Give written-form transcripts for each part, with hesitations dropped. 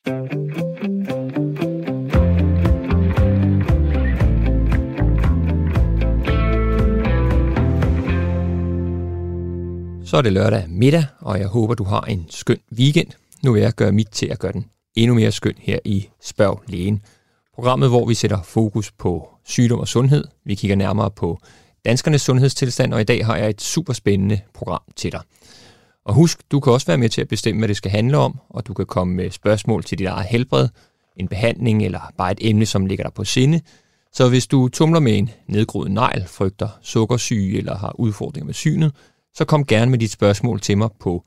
Så er det lørdag middag, og jeg håber, du har en skøn weekend. Nu vil jeg gøre mit til at gøre den endnu mere skøn her i Spørg Lægen. Programmet, hvor vi sætter fokus på sygdom og sundhed. Vi kigger nærmere på danskernes sundhedstilstand, og i dag har jeg et super spændende program til dig. Og husk, du kan også være med til at bestemme, hvad det skal handle om, og du kan komme med spørgsmål til dit eget helbred, en behandling eller bare et emne, som ligger dig på sinde. Så hvis du tumler med en nedgroet negl, frygter sukkersyge eller har udfordringer med synet, så kom gerne med dit spørgsmål til mig på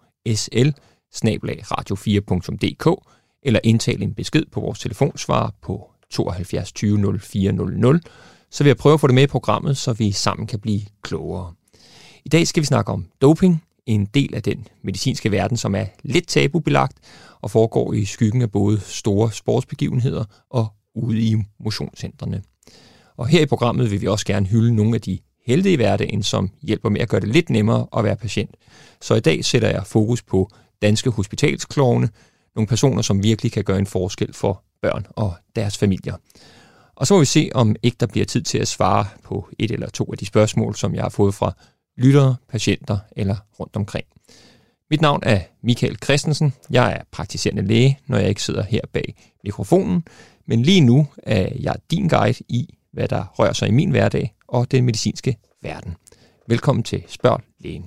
sl@radio4.dk eller indtal en besked på vores telefonsvarer på 72 20 04 00. Så vil jeg prøve at få det med i programmet, så vi sammen kan blive klogere. I dag skal vi snakke om doping, en del af den medicinske verden, som er lidt tabubelagt og foregår i skyggen af både store sportsbegivenheder og ude i motionscentrene. Og her i programmet vil vi også gerne hylde nogle af de helte i hverdagen, som hjælper med at gøre det lidt nemmere at være patient. Så i dag sætter jeg fokus på danske hospitalsklovne, nogle personer, som virkelig kan gøre en forskel for børn og deres familier. Og så må vi se, om ikke der bliver tid til at svare på et eller to af de spørgsmål, som jeg har fået fra lyttere, patienter eller rundt omkring. Mit navn er Michael Christensen. Jeg er praktiserende læge, når jeg ikke sidder her bag mikrofonen, men lige nu er jeg din guide i, hvad der rører sig i min hverdag og den medicinske verden. Velkommen til Spørg Lægen.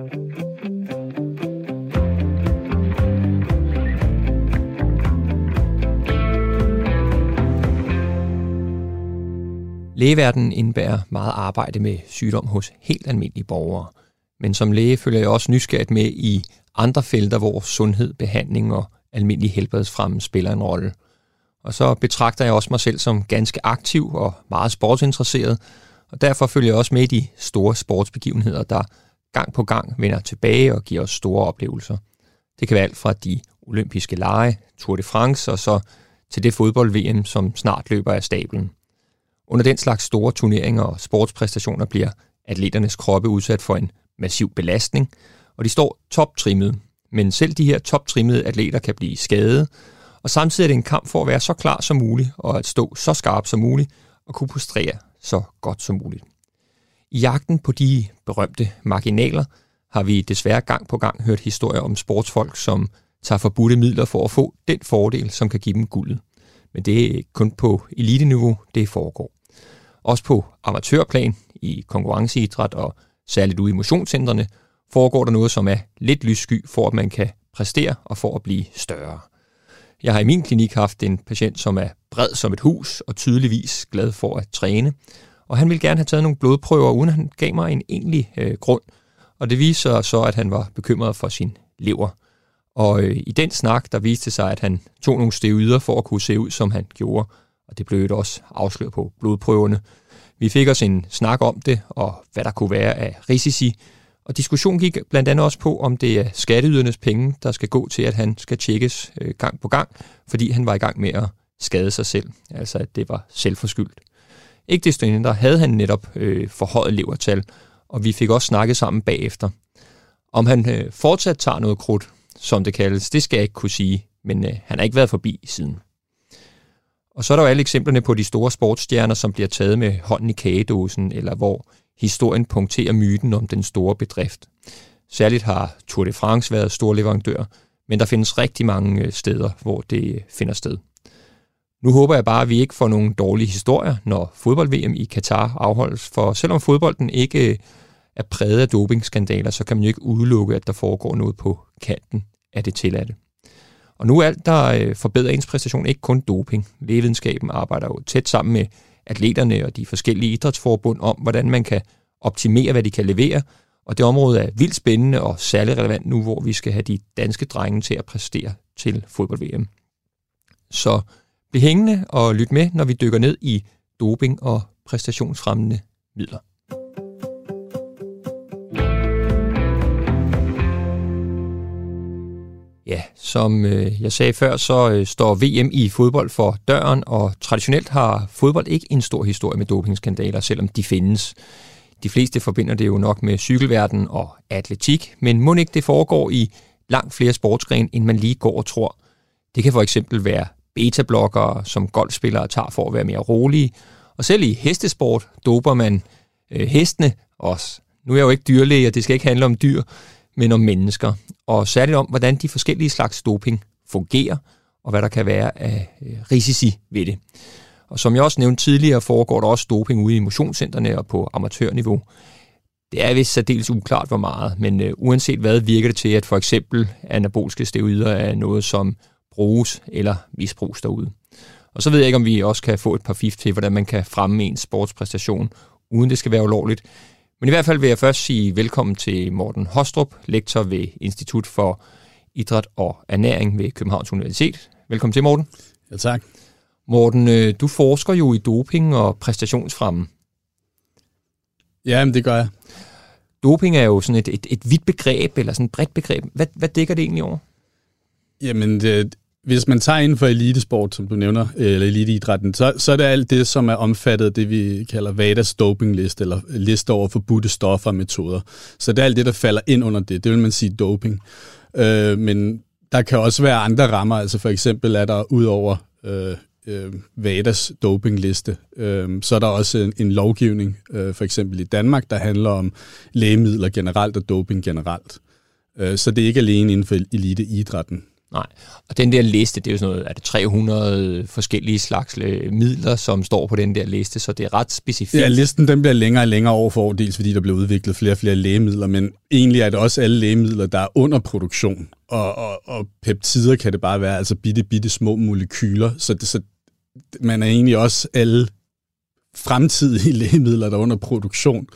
Lægeverdenen indebærer meget arbejde med sygdom hos helt almindelige borgere. Men som læge følger jeg også nysgerrigt med i andre felter, hvor sundhed, behandling og almindelig helbredsfremme spiller en rolle. Og så betragter jeg også mig selv som ganske aktiv og meget sportsinteresseret, og derfor følger jeg også med i de store sportsbegivenheder, der gang på gang vender tilbage og giver os store oplevelser. Det kan være alt fra de olympiske lege, Tour de France og så til det fodbold-VM, som snart løber af stablen. Under den slags store turneringer og sportspræstationer bliver atleternes kroppe udsat for en massiv belastning, og de står toptrimmede. Men selv de her toptrimmede atleter kan blive skadet, og samtidig er det en kamp for at være så klar som muligt, og at stå så skarp som muligt, og kunne præstere så godt som muligt. I jagten på de berømte marginaler har vi desværre gang på gang hørt historier om sportsfolk, som tager forbudte midler for at få den fordel, som kan give dem guldet. Men det er kun på eliteniveau, det foregår. Også på amatørplan, i konkurrenceidræt og særligt ude i motionscentrene, foregår der noget, som er lidt lyssky for, at man kan præstere og for at blive større. Jeg har i min klinik haft en patient, som er bred som et hus og tydeligvis glad for at træne. Og han ville gerne have taget nogle blodprøver, uden han gav mig en egentlig grund. Og det viste sig så, at han var bekymret for sin lever. Og i den snak, der viste sig, at han tog nogle steroider for at kunne se ud, som han gjorde. Og det blev også afsløret på blodprøverne. Vi fik os en snak om det, og hvad der kunne være af risici. Og diskussionen gik blandt andet også på, om det er skatteydernes penge, der skal gå til, at han skal tjekkes gang på gang, fordi han var i gang med at skade sig selv. Altså, at det var selvforskyldt. Ikke desto mindre havde han netop forhøjet levertal, og vi fik også snakket sammen bagefter. Om han fortsat tager noget krudt, som det kaldes, det skal jeg ikke kunne sige, men han har ikke været forbi siden. Og så er der jo alle eksemplerne på de store sportsstjerner, som bliver taget med hånden i kagedåsen, eller hvor historien punkterer myten om den store bedrift. Særligt har Tour de France været stor leverandør, men der findes rigtig mange steder, hvor det finder sted. Nu håber jeg bare, at vi ikke får nogle dårlige historier, når fodbold-VM i Katar afholdes, for selvom fodbolden ikke er præget af dopingskandaler, så kan man jo ikke udelukke, at der foregår noget på kanten af det tilladte. Og nu er alt, der forbedrer ens præstation, ikke kun doping. Lægevidenskaben arbejder jo tæt sammen med atleterne og de forskellige idrætsforbund om, hvordan man kan optimere, hvad de kan levere. Og det område er vildt spændende og særligt relevant nu, hvor vi skal have de danske drenge til at præstere til fodbold-VM. Så bliv hængende og lyt med, når vi dykker ned i doping og præstationsfremmende midler. Ja, som jeg sagde før, så står VM i fodbold for døren, og traditionelt har fodbold ikke en stor historie med dopingskandaler, selvom de findes. De fleste forbinder det jo nok med cykelverden og atletik, men mon ikke det foregår i langt flere sportsgrene, end man lige går og tror. Det kan for eksempel være beta-blokkere, som golfspillere tager for at være mere rolige. Og selv i hestesport doper man hestene også. Nu er jeg jo ikke dyrlæge, og det skal ikke handle om dyr, men om mennesker. Og særligt om, hvordan de forskellige slags doping fungerer, og hvad der kan være af risici ved det. Og som jeg også nævnte tidligere, foregår der også doping ude i motionscentrene og på amatørniveau. Det er vist særdeles uklart, hvor meget, men uanset hvad virker det til, at for eksempel anabolske steroider er noget, som bruges eller misbruges derude. Og så ved jeg ikke, om vi også kan få et par fif til, hvordan man kan fremme en sportspræstation, uden det skal være ulovligt. Men i hvert fald vil jeg først sige velkommen til Morten Hostrup, lektor ved Institut for Idræt og Ernæring ved Københavns Universitet. Velkommen til, Morten. Ja, tak. Morten, du forsker jo i doping og præstationsfremme. Ja, men det gør jeg. Doping er jo sådan et vidt begreb, eller sådan et bredt begreb. Hvad dækker det egentlig over? Jamen, hvis man tager inden for elitesport, som du nævner, eller eliteidrætten, så er det alt det, som er omfattet af det, vi kalder WADA's dopingliste, eller liste over forbudte stoffer og metoder. Så det er alt det, der falder ind under det. Det vil man sige doping. Men der kan også være andre rammer. Altså for eksempel er der ud over WADA's dopingliste, så er der også en lovgivning, for eksempel i Danmark, der handler om lægemidler generelt og doping generelt. Så det er ikke alene inden for eliteidrætten. Nej, og den der liste, det er jo sådan noget, er det 300 forskellige slags midler, som står på den der liste, så det er ret specifikt. Ja, listen den bliver længere og længere år for år, dels fordi der bliver udviklet flere og flere lægemidler, men egentlig er det også alle lægemidler, der er under produktion, og peptider kan det bare være, altså bitte små molekyler, så man er egentlig også alle fremtidige lægemidler, der er under produktion,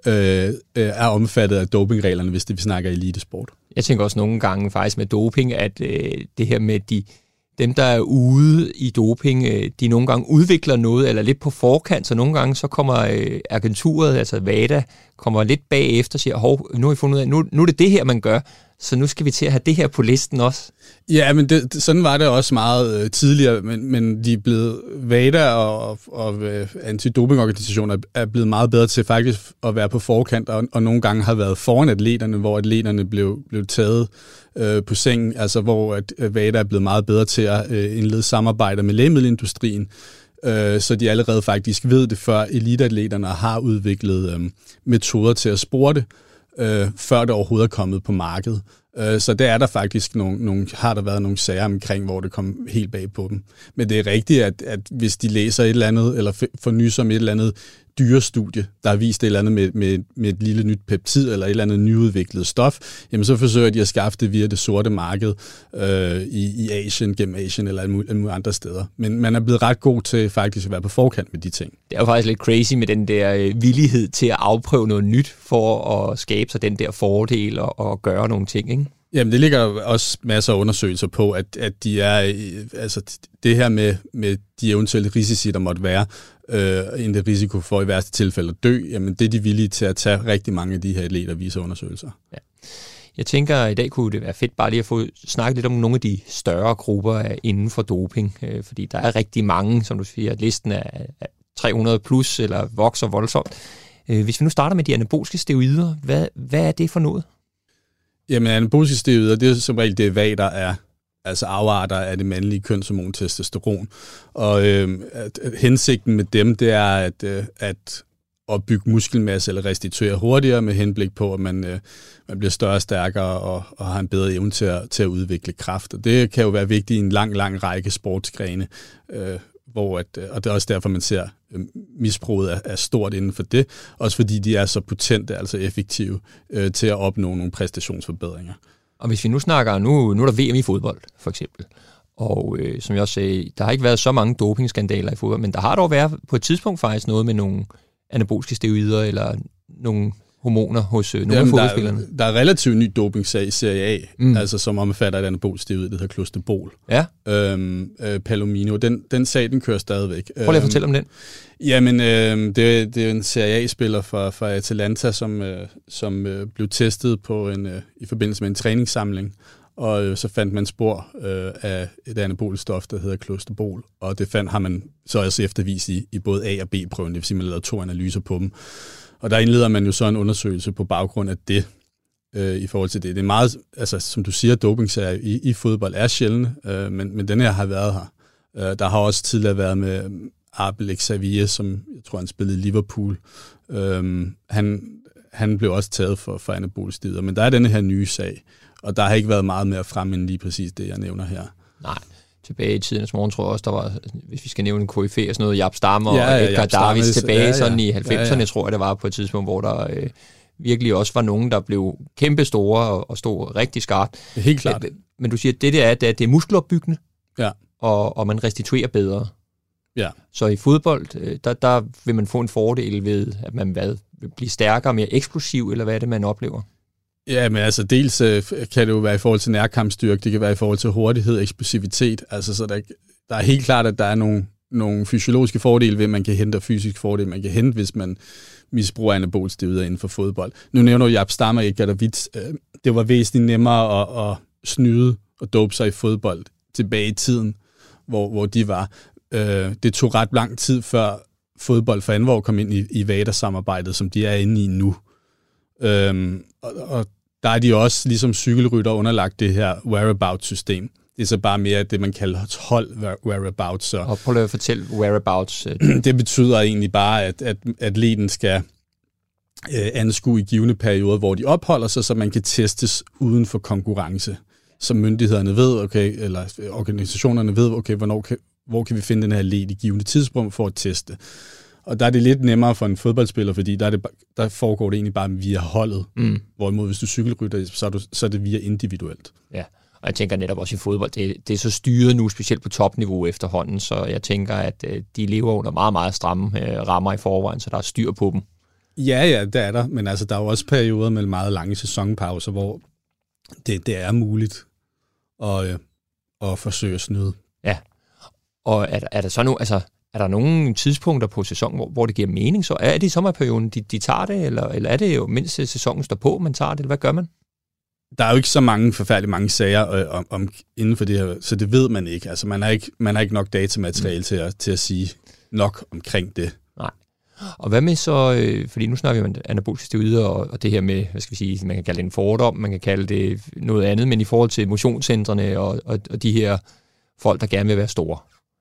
er omfattet af dopingreglerne, hvis det vi snakker elitesport. Jeg tænker også nogle gange faktisk med doping, at det her med dem, der er ude i doping, de nogle gange udvikler noget, eller lidt på forkant, så nogle gange så kommer agenturet, altså WADA, kommer lidt bagefter og siger, hov, nu har I fundet ud af, nu er det her, man gør, så nu skal vi til at have det her på listen også. Ja, men sådan var det også meget tidligere, men de er blevet, WADA og antidopingorganisationer er blevet meget bedre til faktisk at være på forkant, og nogle gange har været foran atleterne, hvor atleterne blev taget på sengen, altså hvor WADA er blevet meget bedre til at indlede samarbejder med lægemiddelindustrien, så de allerede faktisk ved det, før eliteatleterne har udviklet metoder til at spore det, før det overhovedet er kommet på markedet. Så der er der faktisk har der været nogle sager omkring, hvor det kom helt bag på dem. Men det er rigtigt, at hvis de læser et eller andet, eller får nys om et eller andet dyrestudie, der har vist et eller andet med et lille nyt peptid, eller et eller andet nyudviklet stof, jamen så forsøger de at skaffe det via det sorte marked i Asien, gennem Asien eller alle andre steder. Men man er blevet ret god til faktisk at være på forkant med de ting. Det er jo faktisk lidt crazy med den der villighed til at afprøve noget nyt, for at skabe sig den der fordel og gøre nogle ting, ikke? Jamen, det ligger også masser af undersøgelser på, at de er, altså det her med de eventuelle risici, der måtte være, en risiko for i værste tilfælde at dø, jamen det er de villige til at tage rigtig mange af de her atleter, viser undersøgelser. Ja. Jeg tænker, at i dag kunne det være fedt bare lige at få snakket lidt om nogle af de større grupper inden for doping, fordi der er rigtig mange, som du siger, at listen er 300 plus, eller vokser voldsomt. Hvis vi nu starter med de anabolske steroider, hvad er det for noget? Jamen, anabolske steroider, det er som regel det, hvad der er, altså afarter af det mandlige kønshormon testosteron. Og hensigten med dem, det er at opbygge muskelmasse eller restituere hurtigere med henblik på, at man bliver større og stærkere og har en bedre evne til at udvikle kraft. Og det kan jo være vigtigt i en lang række sportsgrene, og det er også derfor, man ser misbruget er stort inden for det, også fordi de er så potente, altså effektive, til at opnå nogle præstationsforbedringer. Og hvis vi nu snakker, nu er der VM i fodbold, for eksempel, og som jeg også sagde, der har ikke været så mange dopingskandaler i fodbold, men der har dog været på et tidspunkt faktisk noget med nogle anabolske steroider, eller nogle hormoner hos nogle af fodboldspillerne. Der er relativt ny dopingsag i Serie A, altså som omfatter et anabolsk steroid, det hedder Clostebol. Ja. Palomino. Den sag, den kører stadigvæk. Prøv lige at fortælle om den. Jamen, det er en Serie A-spiller fra Atalanta, som blev testet i forbindelse med en træningssamling, og så fandt man spor af et anabolisk stof, der hedder Clostebol, og det har man så også eftervist i både A- og B-prøven, det vil sige, man lavede 2 analyser på dem. Og der indleder man jo så en undersøgelse på baggrund af det. i forhold til det. Det er meget, altså som du siger, dopingsager i fodbold er sjældne, men den her har været her. Der har også tidligere været med Abel Xavier, som jeg tror, han spillede i Liverpool. Han blev også taget for anabolstider, men der er denne her nye sag, og der har ikke været meget mere frem end lige præcis det, jeg nævner her. Nej, tilbage i tidens morgen tror jeg også, der var, hvis vi skal nævne en KFA og sådan noget, Jaap Stammer og Edgar Davids tilbage sådan i 90'erne, tror jeg det var på et tidspunkt, hvor der virkelig også var nogen, der blev kæmpe store og stod rigtig skarpt. Helt klart. Men du siger, at det er muskelopbyggende, ja. og man restituerer bedre. Ja. Så i fodbold, der vil man få en fordel ved, at man vil blive stærkere, mere eksplosiv, eller hvad er det, man oplever? Ja, men altså dels kan det jo være i forhold til nærkampsstyrke, det kan være i forhold til hurtighed, eksplosivitet. Altså så der er helt klart, at der er nogle fysiologiske fordele ved, at man kan hente, og fysiske fordele, man kan hente, hvis man misbruger anabolsteroider inden for fodbold. Nu nævner du Jaap Stammer, ikke? Det var væsentligt nemmere at snyde og dope sig i fodbold tilbage i tiden, hvor de var. Det tog ret lang tid før fodbold for alvor kom ind i WADA-samarbejdet, som de er inde i nu. Og der er de også, ligesom cykelrytter, underlagt det her whereabouts-system. Det er så bare mere det, man kalder hold whereabouts. Så. Og prøv at fortælle whereabouts. Det betyder egentlig bare, at atleten skal anskue i givne perioder, hvor de opholder sig, så man kan testes uden for konkurrence. Så myndighederne ved, okay, eller organisationerne ved, okay, hvor kan vi finde den her atlet i givne tidsrum for at teste. Og der er det lidt nemmere for en fodboldspiller, fordi der foregår det egentlig bare via holdet. Hvorimod hvis du cykelrytter, så er det via individuelt. Ja, og jeg tænker netop også i fodbold, det er så styret nu, specielt på topniveau efterhånden, så jeg tænker, at de lever under meget, meget stramme rammer i forvejen, så der er styr på dem. Ja, det er der, men altså, der er jo også perioder med meget lange sæsonpauser, hvor det er muligt at forsøge at snyde. Ja, og er der så nu, altså, er der nogle tidspunkter på sæsonen, hvor det giver mening? Så er det i sommerperioden, de tager det, eller er det jo, mens sæsonen står på, man tager det, eller hvad gør man? Der er jo ikke så forfærdeligt mange sager om inden for det her, så det ved man ikke. Altså, man har ikke nok datamateriale til at sige nok omkring det. Nej. Og hvad med så, fordi nu snakker vi om anaboliske steroider og det her med, hvad skal vi sige, man kan kalde det en fordom, man kan kalde det noget andet, men i forhold til motionscentrene og de her folk, der gerne vil være store.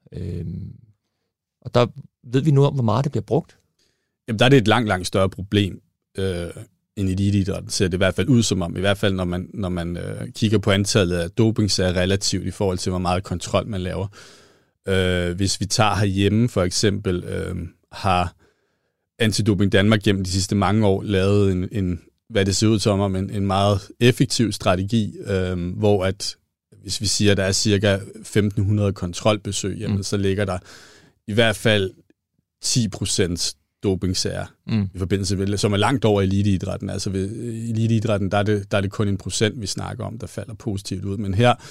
Og der ved vi noget om, hvor meget det bliver brugt? Jamen, der er det et langt større problem end eliteidrætten, ser det i hvert fald ud som om. I hvert fald, når man kigger på antallet af dopingsager relativt i forhold til, hvor meget kontrol man laver. Hvis vi tager herhjemme, for eksempel, har Antidoping Danmark gennem de sidste mange år lavet en hvad det ser ud som om, en meget effektiv strategi, hvor at, hvis vi siger, at der er cirka 1.500 kontrolbesøg, jamen, så ligger der i hvert fald 10% dopingsager i forbindelse med, som er langt over eliteidrætten. Altså ved eliteidrætten, der er det kun 1%, vi snakker om, der falder positivt ud. Men her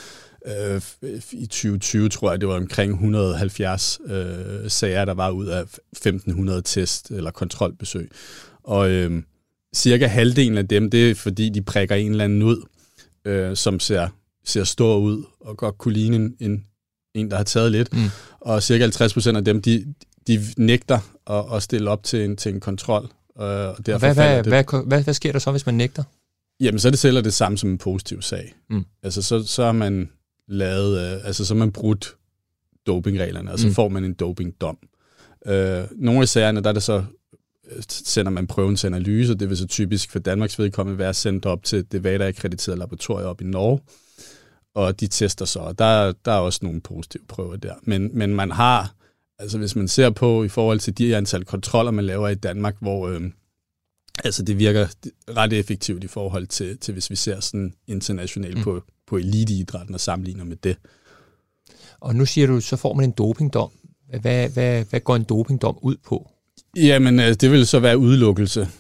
i 2020, tror jeg, det var omkring 170 sager, der var ud af 1.500 test- eller kontrolbesøg. Og cirka halvdelen af dem, det er fordi, de prikker en eller anden ud, som ser stor ud, og godt kunne ligne en der har taget lidt. Og cirka 50% af dem, de nægter at stille op til en kontrol. Og hvad sker der så, hvis man nægter? Jamen, så er det selv det samme som en positiv sag. Altså, så har man lavet, så har man brudt dopingreglerne, og så får man en dopingdom. Nogle af sagerne, der er det så, sender man prøven til analyse, det vil så typisk for Danmarks vedkommende være sendt op til det WADA-akkrediterede laboratorium op i Norge, og de tester så, og der er også nogle positive prøver der. Men man har, altså hvis man ser på i forhold til de antal kontroller, man laver i Danmark, hvor det virker ret effektivt i forhold til hvis vi ser sådan internationalt på eliteidrætten og sammenligner med det. Og nu siger du, så får man en dopingdom. Hvad går en dopingdom ud på? Jamen, det vil så være udelukkelse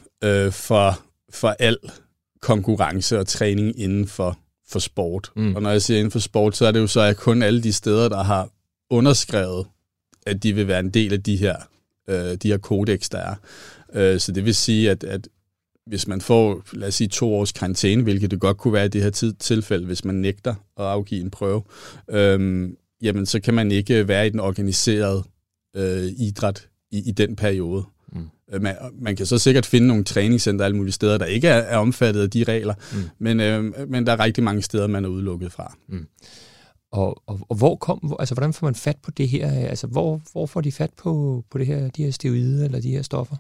for al konkurrence og træning inden for sport. Og når jeg siger inden for sport, så er det jo så kun alle de steder, der har underskrevet, at de vil være en del af de her kodex, der er. Så det vil sige, at hvis man får, lad os sige, 2 års karantæne, hvilket det godt kunne være i det her tilfælde, hvis man nægter at afgive en prøve, jamen så kan man ikke være i den organiserede idræt i den periode. Man kan så sikkert finde nogle træningscenter alle mulige steder, der ikke er omfattet af de regler, men der er rigtig mange steder, man er udelukket fra. Og hvordan får man fat på det her? Altså, hvor får de fat på det her, de her steroider eller de her stoffer?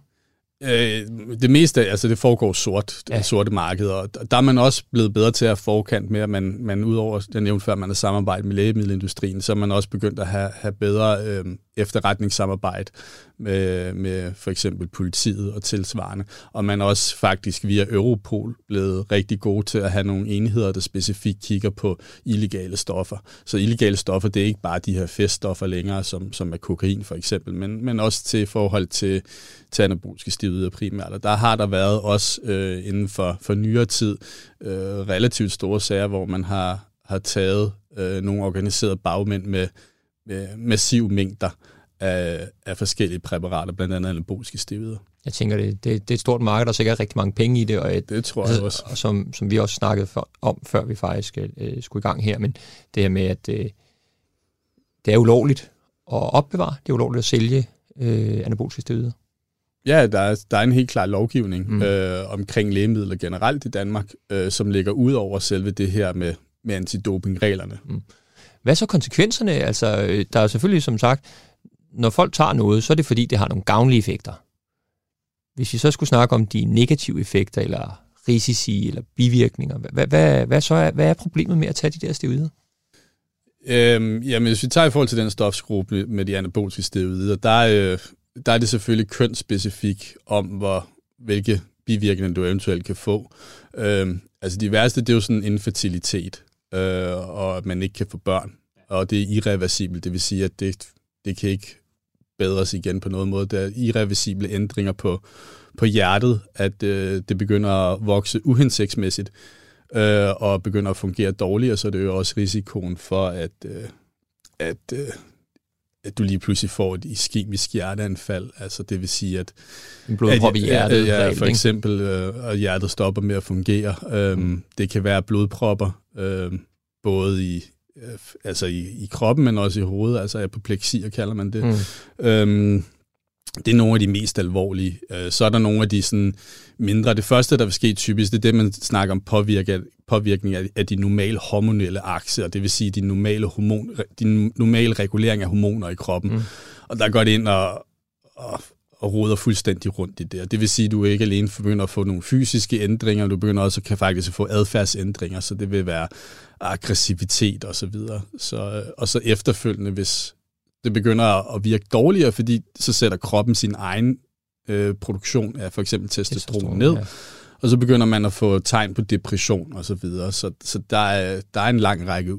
Det meste, altså det foregår sorte markeder, og der er man også blevet bedre til at forkant med, at man udover, jeg nævnte før, man har samarbejdet med lægemiddelindustrien, så er man også begyndt at have bedre efterretningssamarbejde med for eksempel politiet og tilsvarende, og man er også faktisk via Europol blevet rigtig god til at have nogle enheder, der specifikt kigger på illegale stoffer. Så illegale stoffer, det er ikke bare de her feststoffer længere, som er kokain for eksempel, men også til forhold til anaboliske steroider primært. Og der har der været også inden for nyere tid relativt store sager, hvor man har taget nogle organiserede bagmænd med massive mængder af forskellige præparater, blandt andet anaboliske steroider. Jeg tænker, det er et stort marked, der er sikkert rigtig mange penge i det. Og det tror jeg også. Og som vi også snakkede om, før vi faktisk skulle i gang her, men det her med, at det er ulovligt at opbevare, det er ulovligt at sælge anaboliske steroider. Ja, der er en helt klar lovgivning omkring lægemidler generelt i Danmark, som ligger ud over selve det her med antidopingreglerne. Hvad er så konsekvenserne? Altså, der er selvfølgelig, som sagt, når folk tager noget, så er det fordi, det har nogle gavnlige effekter. Hvis vi så skulle snakke om de negative effekter, eller risici, eller bivirkninger, hvad er problemet med at tage de der steroider? Jamen, hvis vi tager i forhold til den stofgruppe med de anaboliske steroider, der er det selvfølgelig kønsspecifik om, hvilke bivirkninger du eventuelt kan få. Altså de værste, det er jo sådan infertilitet, og at man ikke kan få børn, og det er irreversibelt, det vil sige, at det kan ikke bedres igen på noget måde. Der er irreversible ændringer på hjertet, at det begynder at vokse uhensigtsmæssigt, og begynder at fungere dårligt, og så er det jo også risikoen for, at du lige pludselig får et iskemisk hjerteanfald. Altså det vil sige, at en blodprop i hjertet. Ja, for eksempel, og hjertet stopper med at fungere. Det kan være blodpropper, både i kroppen, men også i hovedet. Altså apopleksier kalder man det. Det er nogle af de mest alvorlige. Så er der nogle af de sådan mindre. Det første, der vil ske typisk, det er det, man snakker om påvirkning af de normale hormonelle akser, det vil sige de normale regulering af hormoner i kroppen. Og der går det ind og roder fuldstændig rundt i det. Det vil sige, at du ikke alene begynder at få nogle fysiske ændringer, du begynder også kan faktisk få adfærdsændringer, så det vil være aggressivitet og så videre. Og så efterfølgende, hvis det begynder at virke dårligere, fordi så sætter kroppen sin egen produktion af for eksempel testosteron ned, og så begynder man at få tegn på depression og så videre. Så der er en lang række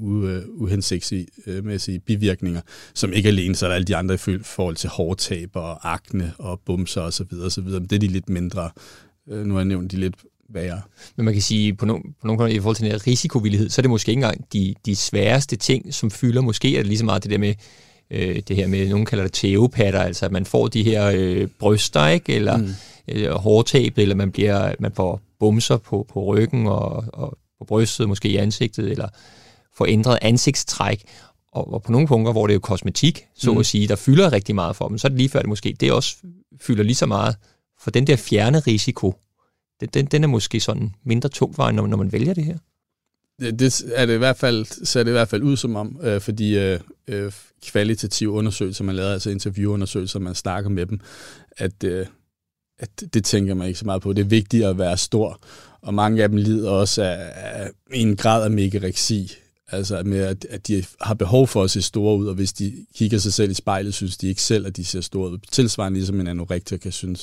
uhensigtsmæssige bivirkninger, som ikke alene, så er der alle de andre i forhold til hårtab og akne og bumser og så videre, så videre. Men det er de lidt mindre. Nu har jeg nævnt de lidt værre. Men man kan sige, på nogle gange i forhold til den her risikovillighed, så er det måske ikke engang de sværeste ting, som fylder. Måske er det lige så meget det der med, det her med, nogen kalder det teopatter, altså at man får de her bryster, ikke? Eller hårtabet, eller man får bumser på ryggen og på brystet, måske i ansigtet, eller får ændret ansigtstræk. Og på nogle punkter, hvor det er jo kosmetik, så at sige, der fylder rigtig meget for dem, så er det lige før det måske, det også fylder lige så meget. For den der fjerne risiko, den er måske sådan mindre tungtvejende, når man vælger det her. Det er det i hvert fald, ser det i hvert fald ud som om, for de kvalitative undersøgelser, man laver, altså interviewundersøgelser, man snakker med dem, at det tænker man ikke så meget på. Det er vigtigt at være stor, og mange af dem lider også af en grad af megareksi, altså med, at de har behov for at se store ud, og hvis de kigger sig selv i spejlet, synes de ikke selv, at de ser store ud. Tilsvarende ligesom en anorektiker kan synes,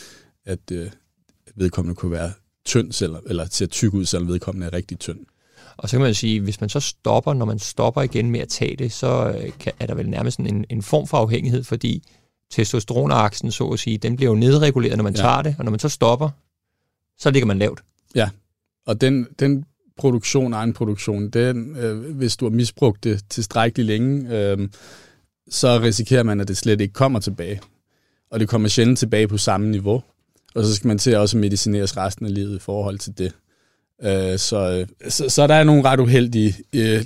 at vedkommende kunne være tynd, eller ser tyk ud, selvom vedkommende er rigtig tynd. Og så kan man sige, hvis man så stopper, når man stopper igen med at tage det, så er der vel nærmest en form for afhængighed, fordi testosteronaksen, så at sige, den bliver jo nedreguleret, når man tager det, og når man så stopper, så ligger man lavt. Ja, og den egen produktion, hvis du har misbrugt det tilstrækkeligt længe, så risikerer man, at det slet ikke kommer tilbage. Og det kommer sjældent tilbage på samme niveau. Og så skal man til også medicineres resten af livet i forhold til det. Så der er nogle ret uheldige,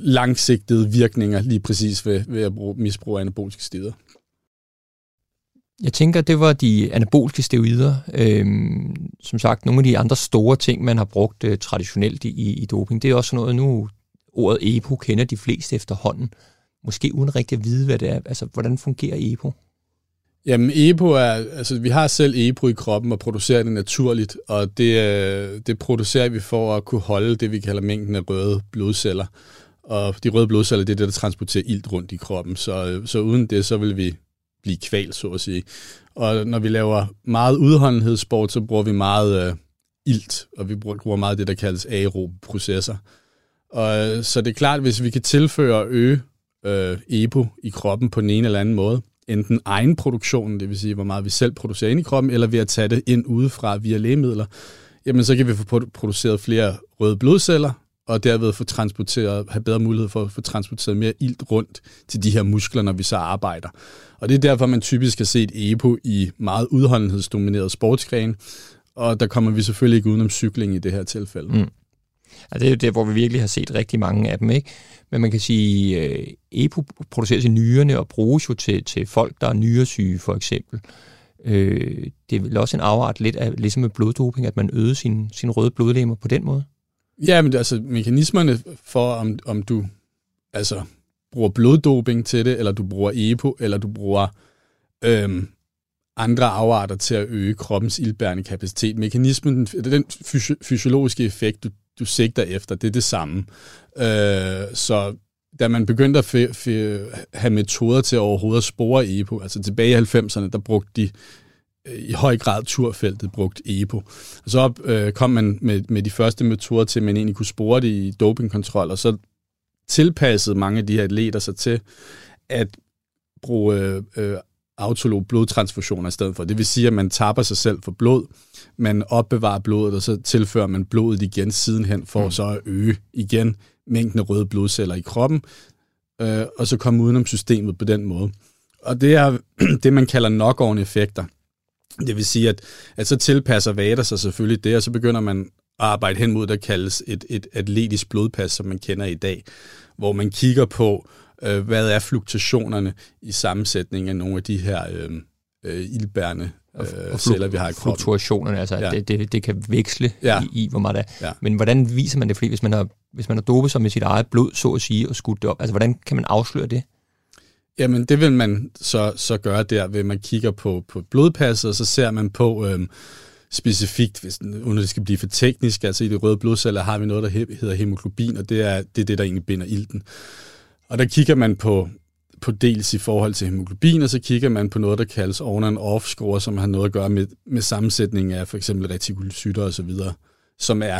langsigtede virkninger lige præcis ved at misbruge anaboliske steroider. Jeg tænker, det var de anabolske steroider. Som sagt, nogle af de andre store ting, man har brugt traditionelt i doping, det er også noget, nu ordet EPO kender de fleste efterhånden. Måske uden rigtig at vide, hvad det er. Altså, hvordan fungerer EPO? Jamen, EPO er, altså vi har selv EPO i kroppen og producerer det naturligt, og det producerer vi for at kunne holde det, vi kalder mængden af røde blodceller. Og de røde blodceller, det er det, der transporterer ilt rundt i kroppen. Så uden det, så vil vi blive kvalt, så at sige. Og når vi laver meget udholdenhedssport, så bruger vi meget ilt, og vi bruger meget det, der kaldes aerobe processer. Og så det er klart, hvis vi kan tilføre og øge EPO i kroppen på den ene eller anden måde, enten egen produktion, det vil sige, hvor meget vi selv producerer ind i kroppen, eller ved at tage det ind udefra via lægemidler, jamen så kan vi få produceret flere røde blodceller, og derved have bedre mulighed for at få transporteret mere ilt rundt til de her muskler, når vi så arbejder. Og det er derfor, man typisk har set EPO i meget udholdenhedsdominerede sportsgrene, og der kommer vi selvfølgelig ikke udenom cykling i det her tilfælde. Mm. Ja, det er jo der, hvor vi virkelig har set rigtig mange af dem, ikke? Men man kan sige, EPO produceres i nyrerne og bruges jo til folk, der er nyresyge, for eksempel. Det er vel også en afart lidt af, ligesom med bloddoping, at man øger sine røde blodlegemer på den måde? Ja, men altså mekanismerne for, om du altså bruger bloddoping til det, eller du bruger EPO, eller du bruger andre afarter til at øge kroppens iltbærende kapacitet. Mekanismen, den fysiologiske effekt, du sigter efter, det er det samme. Så da man begyndte at have metoder til overhovedet at spore EPO, altså tilbage i 90'erne, der brugte de i høj grad turfeltet brugt EPO. Og så kom man med de første metoder til, at man egentlig kunne spore det i dopingkontrol, og så tilpassede mange af de her atleter sig til at bruge autolog blodtransfusioner i stedet for. Det vil sige, at man tapper sig selv for blod, man opbevarer blodet, og så tilfører man blodet igen sidenhen, for så at øge igen mængden af røde blodceller i kroppen, og så komme udenom systemet på den måde. Og det er det, man kalder knock-on-effekter. Det vil sige, at så tilpasser vater sig selvfølgelig det, og så begynder man at arbejde hen mod, der kaldes et atletisk blodpas, som man kender i dag, hvor man kigger på, hvad er fluktuationerne i sammensætningen af nogle af de her iltbærende celler, vi har i kroppen. Fluktuationerne, altså ja. det kan veksle i, hvor meget det er. Ja. Men hvordan viser man det? Fordi hvis man har dopet sig med sit eget blod, så at sige, og skudt det op, altså hvordan kan man afsløre det? Jamen, det vil man så gøre der, ved man kigger på blodpasset, og så ser man på specifikt, uden det skal blive for teknisk, altså i de røde blodceller har vi noget, der hedder hemoglobin, og det er det, der egentlig binder ilten. Og der kigger man på dels i forhold til hemoglobin, og så kigger man på noget, der kaldes on- and off-score, som har noget at gøre med sammensætning af for eksempel retikulocytter og så videre, som er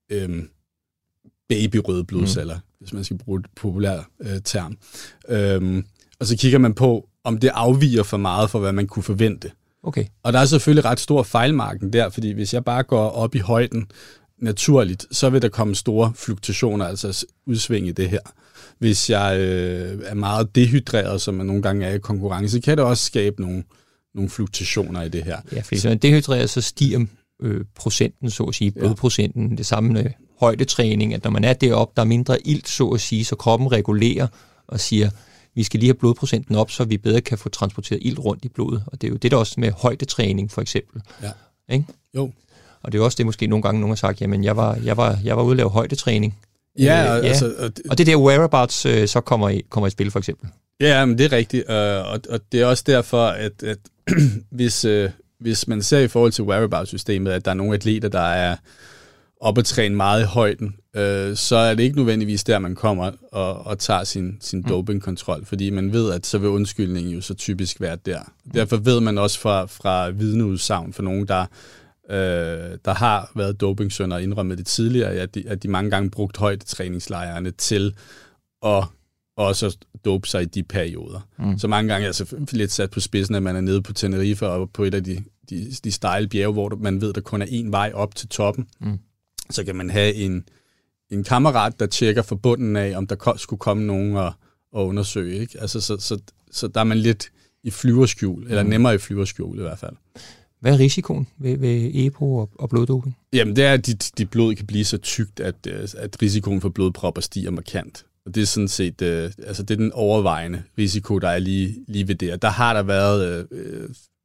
babyrøde blodceller, hvis man skal bruge et populært term. Og så kigger man på, om det afviger for meget for, hvad man kunne forvente. Okay. Og der er selvfølgelig ret stor fejlmarken der, fordi hvis jeg bare går op i højden naturligt, så vil der komme store fluktuationer, altså udsving i det her. Hvis jeg er meget dehydreret, som man nogle gange er i konkurrence, kan det også skabe nogle fluktuationer i det her. Ja, fordi hvis man er dehydreret, så stiger procenten, så at sige, blodprocenten. Det samme med højdetræning, at når man er deroppe, der er mindre ilt, så at sige, så kroppen regulerer og siger, vi skal lige have blodprocenten op, så vi bedre kan få transporteret ilt rundt i blodet. Og det er jo det, der også med højdetræning, for eksempel. Ja. Ikke? Jo. Og det er også det, måske nogle gange nogen har sagt, jamen, jeg var ude at lave højdetræning. Ja, altså, og det der whereabouts så kommer i spil, for eksempel. Ja, men det er rigtigt. Og det er også derfor, at hvis man ser i forhold til whereabouts-systemet, at der er nogle atleter, der er op at træne meget i højden, så er det ikke nødvendigvis der, man kommer og tager sin dopingkontrol, fordi man ved, at så vil undskyldningen jo så typisk være der. Derfor ved man også fra vidneudsagn for nogen, der har været dopingsynder og indrømmet det tidligere, at de mange gange brugt højdetræningslejrene til at også dope sig i de perioder. Så mange gange er altså lidt sat på spidsen, at man er nede på Tenerife og på et af de stejle bjerge, hvor man ved, at der kun er én vej op til toppen. Så kan man have en kammerat, der tjekker fra bunden af, om der skulle komme nogen og undersøge. Ikke? Altså, så der er man lidt i flyverskjul, eller nemmere i flyverskjul i hvert fald. Hvad er risikoen ved EPO og bloddoping? Jamen, det er, at dit blod kan blive så tykt, at risikoen for blodpropper stiger markant. Og det er sådan set, det er den overvejende risiko, der er lige ved det. Der har der været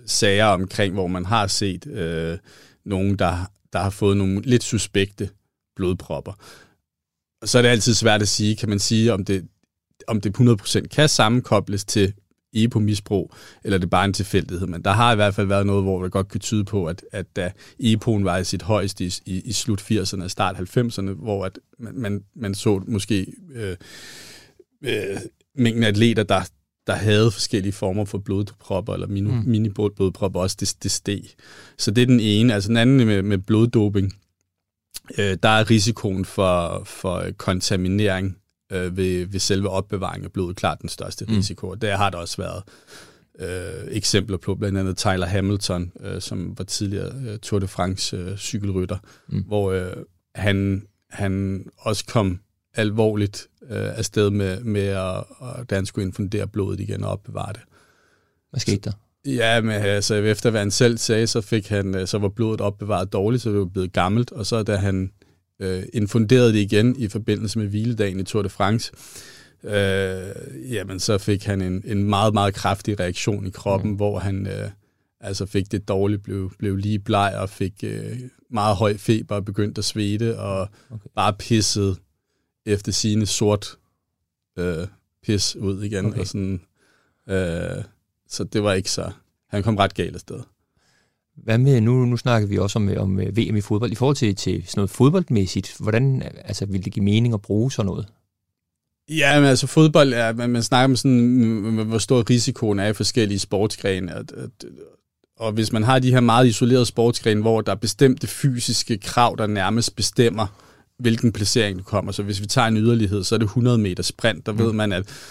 sager omkring, hvor man har set nogen, der har fået nogle lidt suspekte blodpropper. Og så er det altid svært at sige, kan man sige, om det 100% kan sammenkobles til EPO-misbrug, eller det er bare en tilfældighed. Men der har i hvert fald været noget, hvor det godt kan tyde på, at da EPO'en var i sit højeste i slut 80'erne og start 90'erne, hvor at man så måske mængden af atleter, der havde forskellige former for blodpropper, eller mini-blodpropper, også det steg. Så det er den ene. Altså den anden med bloddoping, der er risikoen for kontaminering ved selve opbevaringen af blodet klart den største risiko. Der har der også været eksempler på, blandt andet Tyler Hamilton, som var tidligere Tour de France cykelrytter, hvor han også kom alvorligt afsted med at han skulle infundere blodet igen og opbevare det. Hvad skete der? Ja, men altså, efter hvad han selv sagde, så var blodet opbevaret dårligt, så det var blevet gammelt, og så da han infunderede det igen i forbindelse med hviledagen i Tour de France, jamen så fik han en meget, meget kraftig reaktion i kroppen, hvor han fik det dårligt, blev lige bleg og fik meget høj feber og begyndte at svede og bare pissede efter sine sort pis ud igen. Og sådan, så det var ikke så... Han kom ret galt afsted. Hvad med, nu snakker vi også om VM i fodbold. I forhold til sådan noget fodboldmæssigt, hvordan vil det give mening at bruge sådan noget? Ja, men altså fodbold er, man snakker om sådan, hvor stor risikoen er i forskellige sportsgrene. Og hvis man har de her meget isolerede sportsgrene, hvor der er bestemte fysiske krav, der nærmest bestemmer, hvilken placering du kommer. Så hvis vi tager en yderlighed, så er det 100 meter sprint. Der ved man,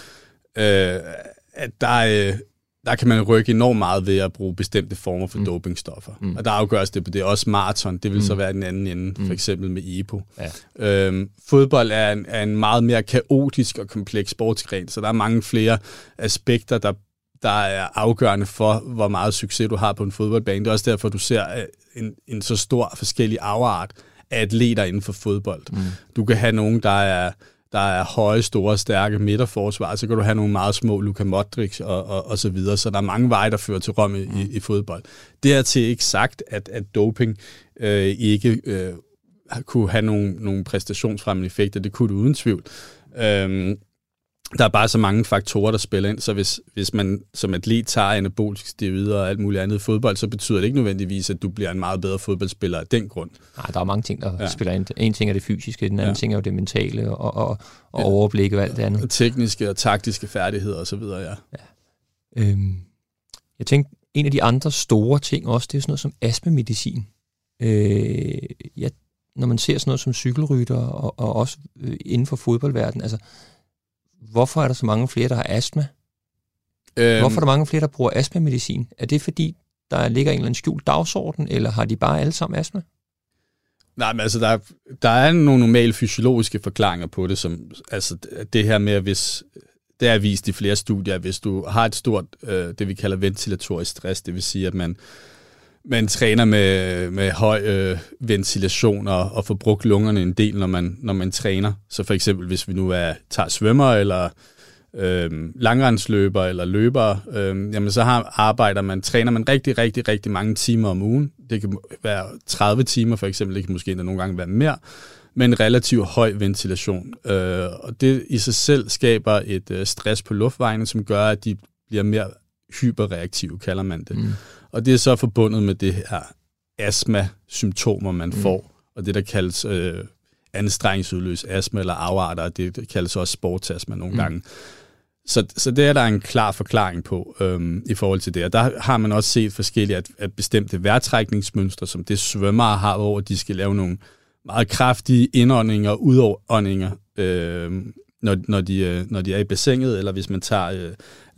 at der kan man rykke enormt meget ved at bruge bestemte former for dopingstoffer. Og der afgøres det på det. Også maraton, det vil så være den anden ende, for eksempel med EPO. Ja. Fodbold er en meget mere kaotisk og kompleks sportsgren, så der er mange flere aspekter, der er afgørende for, hvor meget succes du har på en fodboldbane. Det er også derfor, du ser en så stor forskellig afart af atleter inden for fodbold. Du kan have nogen, der er høje, store, stærke midterforsvar, så kan du have nogle meget små Luka Modric og så videre. Så der er mange veje, der fører til Rom i fodbold. Det er til ikke sagt, at doping ikke kunne have nogle præstationsfremmende effekter. Det kunne det uden tvivl. Der er bare så mange faktorer, der spiller ind, så hvis man som atlet tager anabolisk steroider og alt muligt andet i fodbold, så betyder det ikke nødvendigvis, at du bliver en meget bedre fodboldspiller af den grund. Nej, der er mange ting, der spiller ind. En ting er det fysiske, den anden ting er jo det mentale og overblik og alt det andet. Tekniske og taktiske færdigheder osv., ja. Jeg tænkte, en af de andre store ting også, det er sådan noget som astmamedicin. Når man ser sådan noget som cykelrytter og også inden for fodboldverdenen, altså hvorfor er der så mange flere, der har astma? Hvorfor er der mange flere, der bruger astmamedicin? Er det fordi, der ligger en eller anden skjult dagsorden, eller har de bare alle sammen astma? Nej, men altså, der er nogle normale fysiologiske forklaringer på det, som altså det her med, hvis det er vist i flere studier, hvis du har et stort, det vi kalder ventilatorisk stress, det vil sige, at man træner med høj ventilation og får brugt lungerne en del, når man træner. Så for eksempel, hvis vi nu tager svømmer eller langrendsløber eller løbere, jamen så træner man rigtig, rigtig, rigtig mange timer om ugen. Det kan være 30 timer for eksempel, det kan måske nogle gange være mere, med en relativt høj ventilation. Og det i sig selv skaber et stress på luftvejene, som gør, at de bliver mere hyperreaktive, kalder man det. Og det er så forbundet med det her astma-symptomer, man får, og det, der kaldes anstrengelsesudløs astma eller afarter, det kaldes også sportsastma nogle gange. Så det er der en klar forklaring på i forhold til det. Og der har man også set forskellige at bestemte vejrtrækningsmønstre, som det svømmere har, hvor de skal lave nogle meget kraftige indåndinger og udåndinger, når de er i bassinet, eller hvis man tager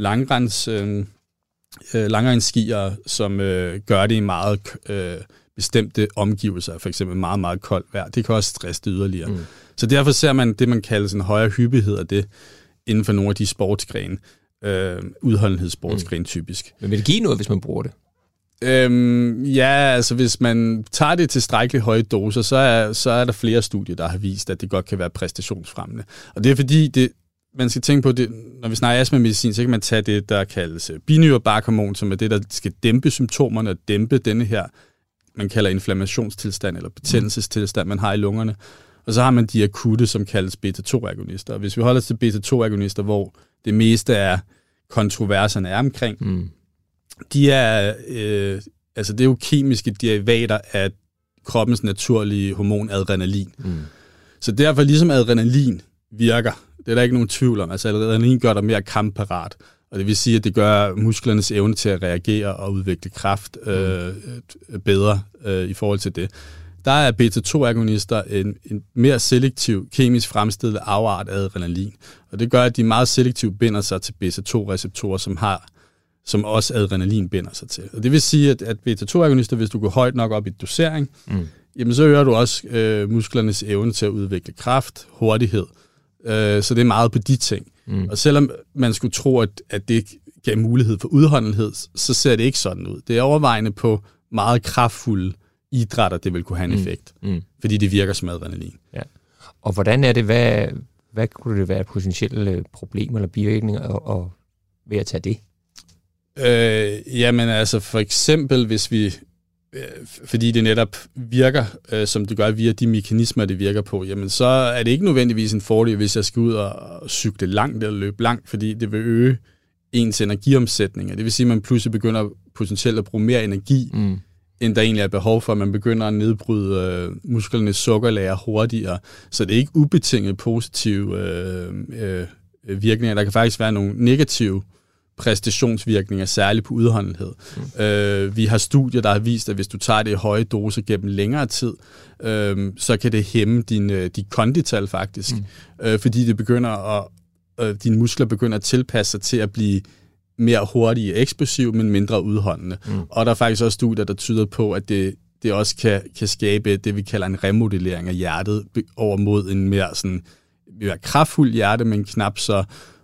langrensskier, som gør det i meget bestemte omgivelser, for eksempel meget, meget koldt vejr. Det kan også stresse det yderligere. Så derfor ser man det, man kalder sådan en højere hyppighed af det, inden for nogle af de sportsgrene, udholdenhedssportsgrene typisk. Men vil det give noget, hvis man bruger det? Ja, altså hvis man tager det tilstrækkeligt høje doser, så er der flere studier, der har vist, at det godt kan være præstationsfremmende. Og det er fordi, man skal tænke på det, når vi snakker astma-medicin, så kan man tage det, der kaldes binyrebarkhormon, som er det, der skal dæmpe symptomerne og dæmpe denne her, man kalder inflammationstilstand eller betændelsestilstand, man har i lungerne. Og så har man de akutte, som kaldes beta-2-agonister. Og hvis vi holder til beta-2-agonister, hvor det meste af kontroverserne er omkring, de er, altså det er jo kemiske derivater af kroppens naturlige hormon adrenalin. Så derfor ligesom adrenalin virker, det er der ikke nogen tvivl om. Altså adrenalin gør dig mere kampparat, og det vil sige, at det gør musklernes evne til at reagere og udvikle kraft bedre i forhold til det. Der er beta-2-agonister en mere selektiv, kemisk fremstillet afart af adrenalin, og det gør, at de meget selektivt binder sig til beta-2-receptorer, som også adrenalin binder sig til. Og det vil sige, at beta-2-agonister, hvis du går højt nok op i dosering, jamen så øger du også musklernes evne til at udvikle kraft, hurtighed. Så det er meget på de ting. Og selvom man skulle tro, at det gav mulighed for udholdenhed, så ser det ikke sådan ud. Det er overvejende på meget kraftfulde idrætter, det vil kunne have en effekt. Fordi det virker som adrenalin. Ja. Og hvordan er det, hvad kunne det være potentielle problemer eller bivirkninger ved at tage det? Jamen altså for eksempel, hvis vi, fordi det netop virker, som det gør via de mekanismer, det virker på, jamen så er det ikke nødvendigvis en fordel, hvis jeg skal ud og cykle langt eller løbe langt, fordi det vil øge ens energiomsætning. Det vil sige, at man pludselig begynder potentielt at bruge mere energi, end der egentlig er behov for, at man begynder at nedbryde musklernes sukkerlager hurtigere. Så det er ikke ubetinget positive virkninger. Der kan faktisk være nogle negative præstationsvirkninger, særligt på udholdenhed. Vi har studier, der har vist, at hvis du tager det i høje doser gennem længere tid, så kan det hæmme dit kondital faktisk, fordi det begynder dine muskler begynder at tilpasse sig til at blive mere hurtige og eksplosiv, men mindre udholdende. Og der er faktisk også studier, der tyder på, at det også kan skabe det, vi kalder en remodellering af hjertet over mod en mere sådan kraftfuld hjerte, men knap så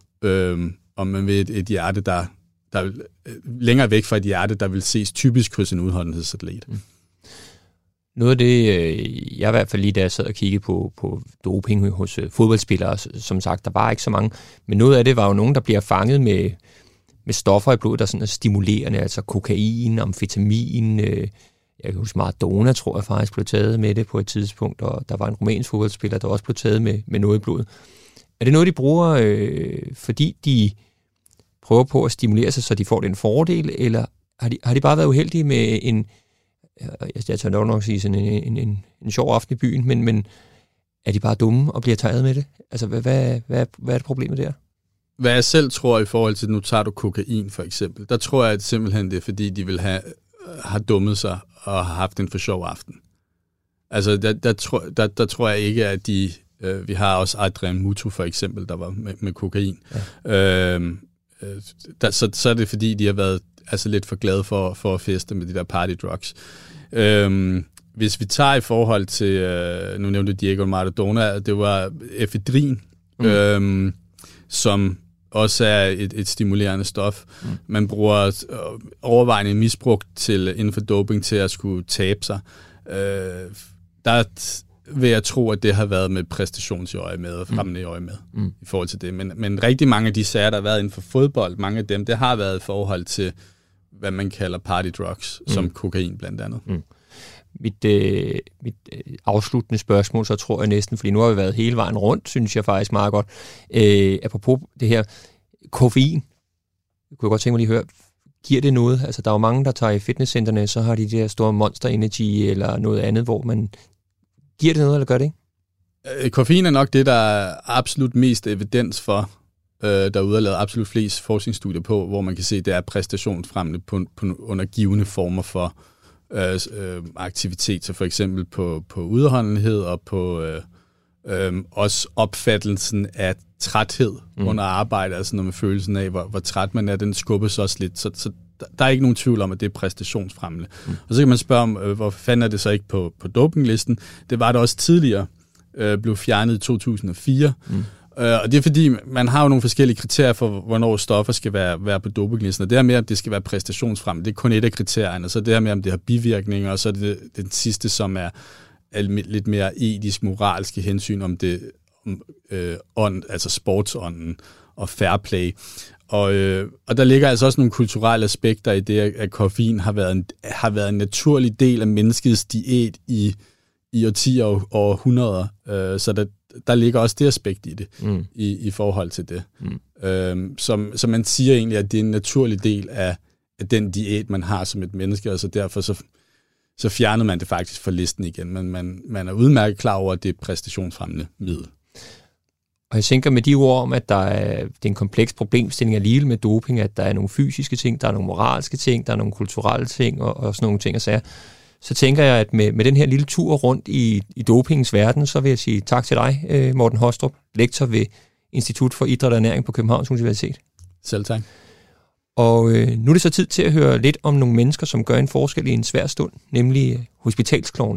om man vil et hjerte, der er længere væk fra et hjerte, der vil ses typisk hos en udholdenhedsatlet. Noget af det, jeg i hvert fald lige da jeg sad og kiggede på doping hos fodboldspillere, som sagt, der var ikke så mange, men noget af det var jo nogen, der bliver fanget med stoffer i blodet, der sådan er stimulerende, altså kokain, amfetamin, jeg kan huske Maradona, tror jeg faktisk blev taget med det på et tidspunkt, og der var en rumænsk fodboldspiller, der også blev taget med noget i blodet. Er det noget, de bruger, fordi de prøver på at stimulere sig, så de får den fordel, eller har de bare været uheldige med jeg tør nok sige sådan en sjov aften i byen, men er de bare dumme og bliver taget med det? Altså, hvad er det problemet der? Hvad jeg selv tror i forhold til, nu tager du kokain for eksempel, der tror jeg at simpelthen det er, fordi de vil have dummet sig og har haft en for sjov aften. Altså, der tror jeg ikke, at de... Vi har også Adrian Mutu for eksempel, der var med kokain. Ja. Så er det fordi, de har været lidt for glade for at feste med de der party drugs. Hvis vi tager i forhold til, nu nævnte Diego Maradona, det var efedrin, som også er et stimulerende stof. Man bruger overvejende misbrugt inden for doping til at skulle tabe sig. Der vil jeg tro, at det har været med præstations i øje med og fremmende i øje med i forhold til det. Men rigtig mange af de sager, der har været inden for fodbold, mange af dem, det har været i forhold til, hvad man kalder party drugs, som kokain blandt andet. Mit afsluttende spørgsmål, så tror jeg næsten, fordi nu har vi været hele vejen rundt, synes jeg faktisk meget godt. Apropos det her koffein, kunne jeg godt tænke mig lige at høre, giver det noget? Altså, der er jo mange, der tager i fitnesscenterne, så har de der store Monster Energy eller noget andet, hvor man... Giver det noget, eller gør det ikke? Koffein er nok det, der er absolut mest evidens for. Derude er lavet absolut flest forskningsstudier på, hvor man kan se, at det er præstationsfremmende under givende former for aktivitet. Så for eksempel på udholdenhed og på også opfattelsen af træthed under arbejde. Altså når man følelsen af, hvor træt man er, den skubbes også lidt. Så der er ikke nogen tvivl om, at det er præstationsfremmende. Og så kan man spørge om, hvor fanden er det så ikke på dopinglisten? Det var det også tidligere, blev fjernet i 2004. Og det er fordi, man har jo nogle forskellige kriterier for, hvornår stoffer skal være på dopinglisten. Og det her med, at det skal være præstationsfremmende, det er kun et af kriterierne. Så det her med, om det har bivirkninger, og så er det den sidste, som er lidt mere etisk, moralske hensyn, ånd, altså sportsånden og fair play. Og der ligger altså også nogle kulturelle aspekter i det, at koffein har været en naturlig del af menneskets diæt i årtier og århundreder. Så der ligger også det aspekt i det, i forhold til det. Så man siger egentlig, at det er en naturlig del af den diæt, man har som et menneske, og så derfor så fjernede man det faktisk fra listen igen. Men man er udmærket klar over, at det er et præstationsfremmende middel. Og jeg tænker med de ord om, at det er en kompleks problemstilling alligevel med doping, at der er nogle fysiske ting, der er nogle moralske ting, der er nogle kulturelle ting og sådan nogle ting. Så tænker jeg, at med den her lille tur rundt i dopingens verden, så vil jeg sige tak til dig, Morten Hostrup, lektor ved Institut for Idræt og Ernæring på Københavns Universitet. Selv tak. Og nu er det så tid til at høre lidt om nogle mennesker, som gør en forskel i en svær stund, nemlig hospitalsklovne.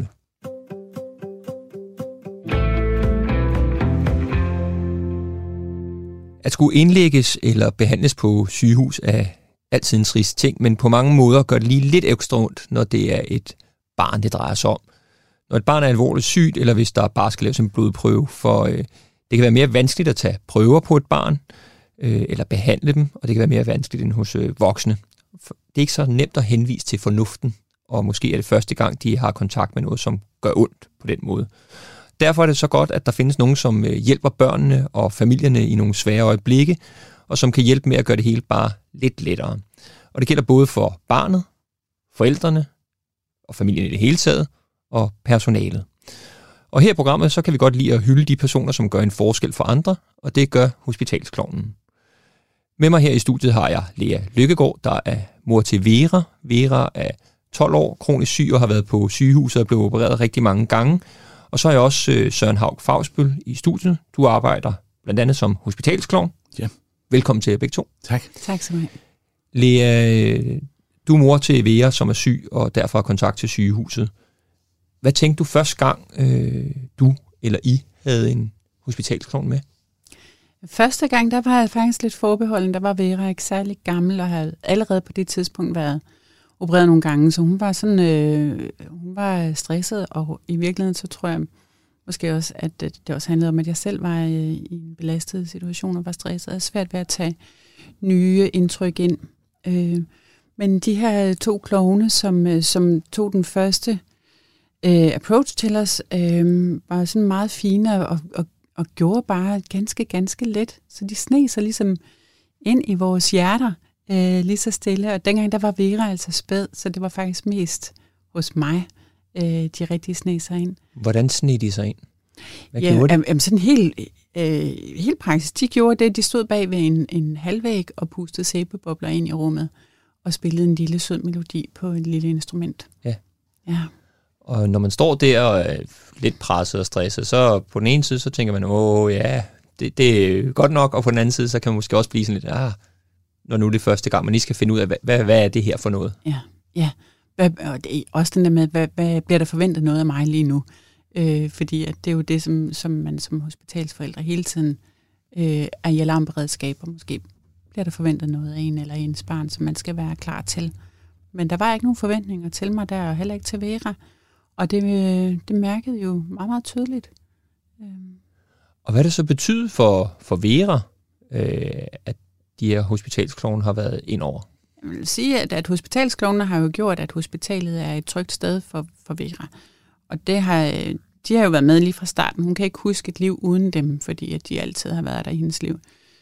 At skulle indlægges eller behandles på sygehus er altid en trist ting, men på mange måder gør det lige lidt ekstra ondt, når det er et barn, det drejer sig om. Når et barn er alvorligt sygt, eller hvis der bare skal laves en blodprøve, for det kan være mere vanskeligt at tage prøver på et barn, eller behandle dem, og det kan være mere vanskeligt end hos voksne. Det er ikke så nemt at henvise til fornuften, og måske er det første gang, de har kontakt med noget, som gør ondt på den måde. Derfor er det så godt, at der findes nogen, som hjælper børnene og familierne i nogle svære øjeblikke, og som kan hjælpe med at gøre det hele bare lidt lettere. Og det gælder både for barnet, forældrene og familien i det hele taget, og personalet. Og her i programmet, så kan vi godt lide at hylde de personer, som gør en forskel for andre, og det gør hospitalsklovnen. Med mig her i studiet har jeg Lea Lykkegaard, der er mor til Vera. Vera er 12 år, kronisk syg og har været på sygehuset og blevet opereret rigtig mange gange. Og så er jeg også Søren Haug Fagsbøl i studiet. Du arbejder blandt andet som hospitalsklovn. Ja. Velkommen til jer begge to. Tak. Tak skal du have. Lea, du er mor til Vera, som er syg og derfor har kontakt til sygehuset. Hvad tænkte du første gang, du eller I havde en hospitalsklovn med? Første gang, der var jeg faktisk lidt forbeholden. Der var Vera ikke særlig gammel og havde allerede på det tidspunkt været opereret nogle gange, så hun var sådan, hun var stresset, og i virkeligheden så tror jeg måske også, at det også handlede om, at jeg selv var i en belastet situation og var stresset og svært ved at tage nye indtryk ind. Men de her 2 klovne, som tog den første approach til os, var sådan meget fine og gjorde bare ganske let. Så de sneg sig ligesom ind i vores hjerter lige så stille. Og dengang der var Vera altså spæd, så det var faktisk mest hos mig, de rigtige sneg sig ind. Hvordan sneg de sig ind? Hvad gjorde de? Sådan helt praktisk. De gjorde det, de stod bag ved en halvvæg og pustede sæbebobler ind i rummet og spillede en lille sød melodi på et lille instrument. Ja. Og når man står der og er lidt presset og stresset, så på den ene side, så tænker man, det er godt nok, og på den anden side, så kan man måske også blive sådan lidt, når nu er det første gang, man lige skal finde ud af, hvad er det her for noget? Ja. Og det er også den der med, hvad bliver der forventet noget af mig lige nu? Fordi at det er jo det, som man som hospitalsforældre hele tiden er i alarmberedskab, og måske bliver der forventet noget af en eller ens barn, som man skal være klar til. Men der var ikke nogen forventninger til mig der, og heller ikke til Vera. Og det mærkede jo meget, meget tydeligt. Og hvad det så betyder for Vera, at de her hospitalsklovne har været ind over? Jeg vil sige, at hospitalsklovne har jo gjort, at hospitalet er et trygt sted for Vera. Og de har jo været med lige fra starten. Hun kan ikke huske et liv uden dem, fordi at de altid har været der i hendes liv.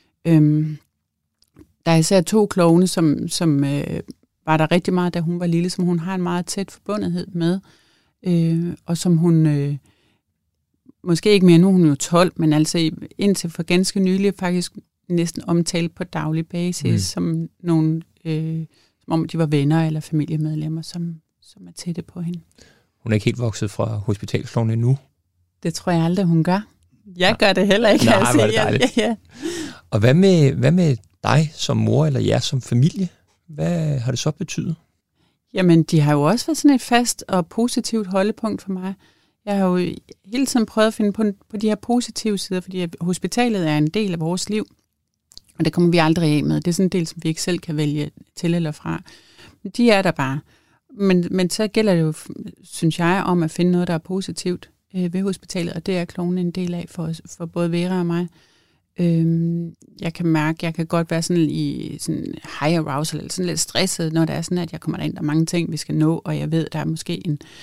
Der er især 2 klovne, som var der rigtig meget, da hun var lille, som hun har en meget tæt forbundethed med, og som hun måske ikke mere, nu er hun jo 12, men altså indtil for ganske nylig faktisk næsten omtalt på daglig basis, som nogle, som om de var venner eller familiemedlemmer, som er tætte på hende. Hun er ikke helt vokset fra hospitalsklovnen endnu? Det tror jeg aldrig, hun gør. Jeg gør det heller ikke. Nej, hvor er det dejligt. Ja. Og hvad med dig som mor eller jer som familie? Hvad har det så betydet? Jamen, de har jo også været sådan et fast og positivt holdepunkt for mig. Jeg har jo hele tiden prøvet at finde på de her positive sider, fordi hospitalet er en del af vores liv, og det kommer vi aldrig af med. Det er sådan en del, som vi ikke selv kan vælge til eller fra. Men de er der bare. Men så gælder det jo, synes jeg, om at finde noget, der er positivt. ved hospitalet, og det er klovnen en del af for både Vera og mig. Jeg kan mærke, jeg kan godt være sådan i sådan high arousal, eller sådan lidt stresset, når det er sådan, at jeg kommer derind, der er mange ting, vi skal nå, og jeg ved, der er måske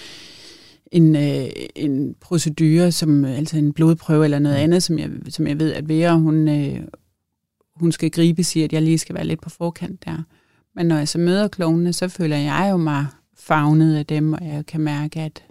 en procedure, som altså en blodprøve eller noget andet, som jeg ved, at Vera, hun skal gribe, siger, at jeg lige skal være lidt på forkant der. Men når jeg så møder klovnene, så føler jeg jo mig favnet af dem, og jeg kan mærke, at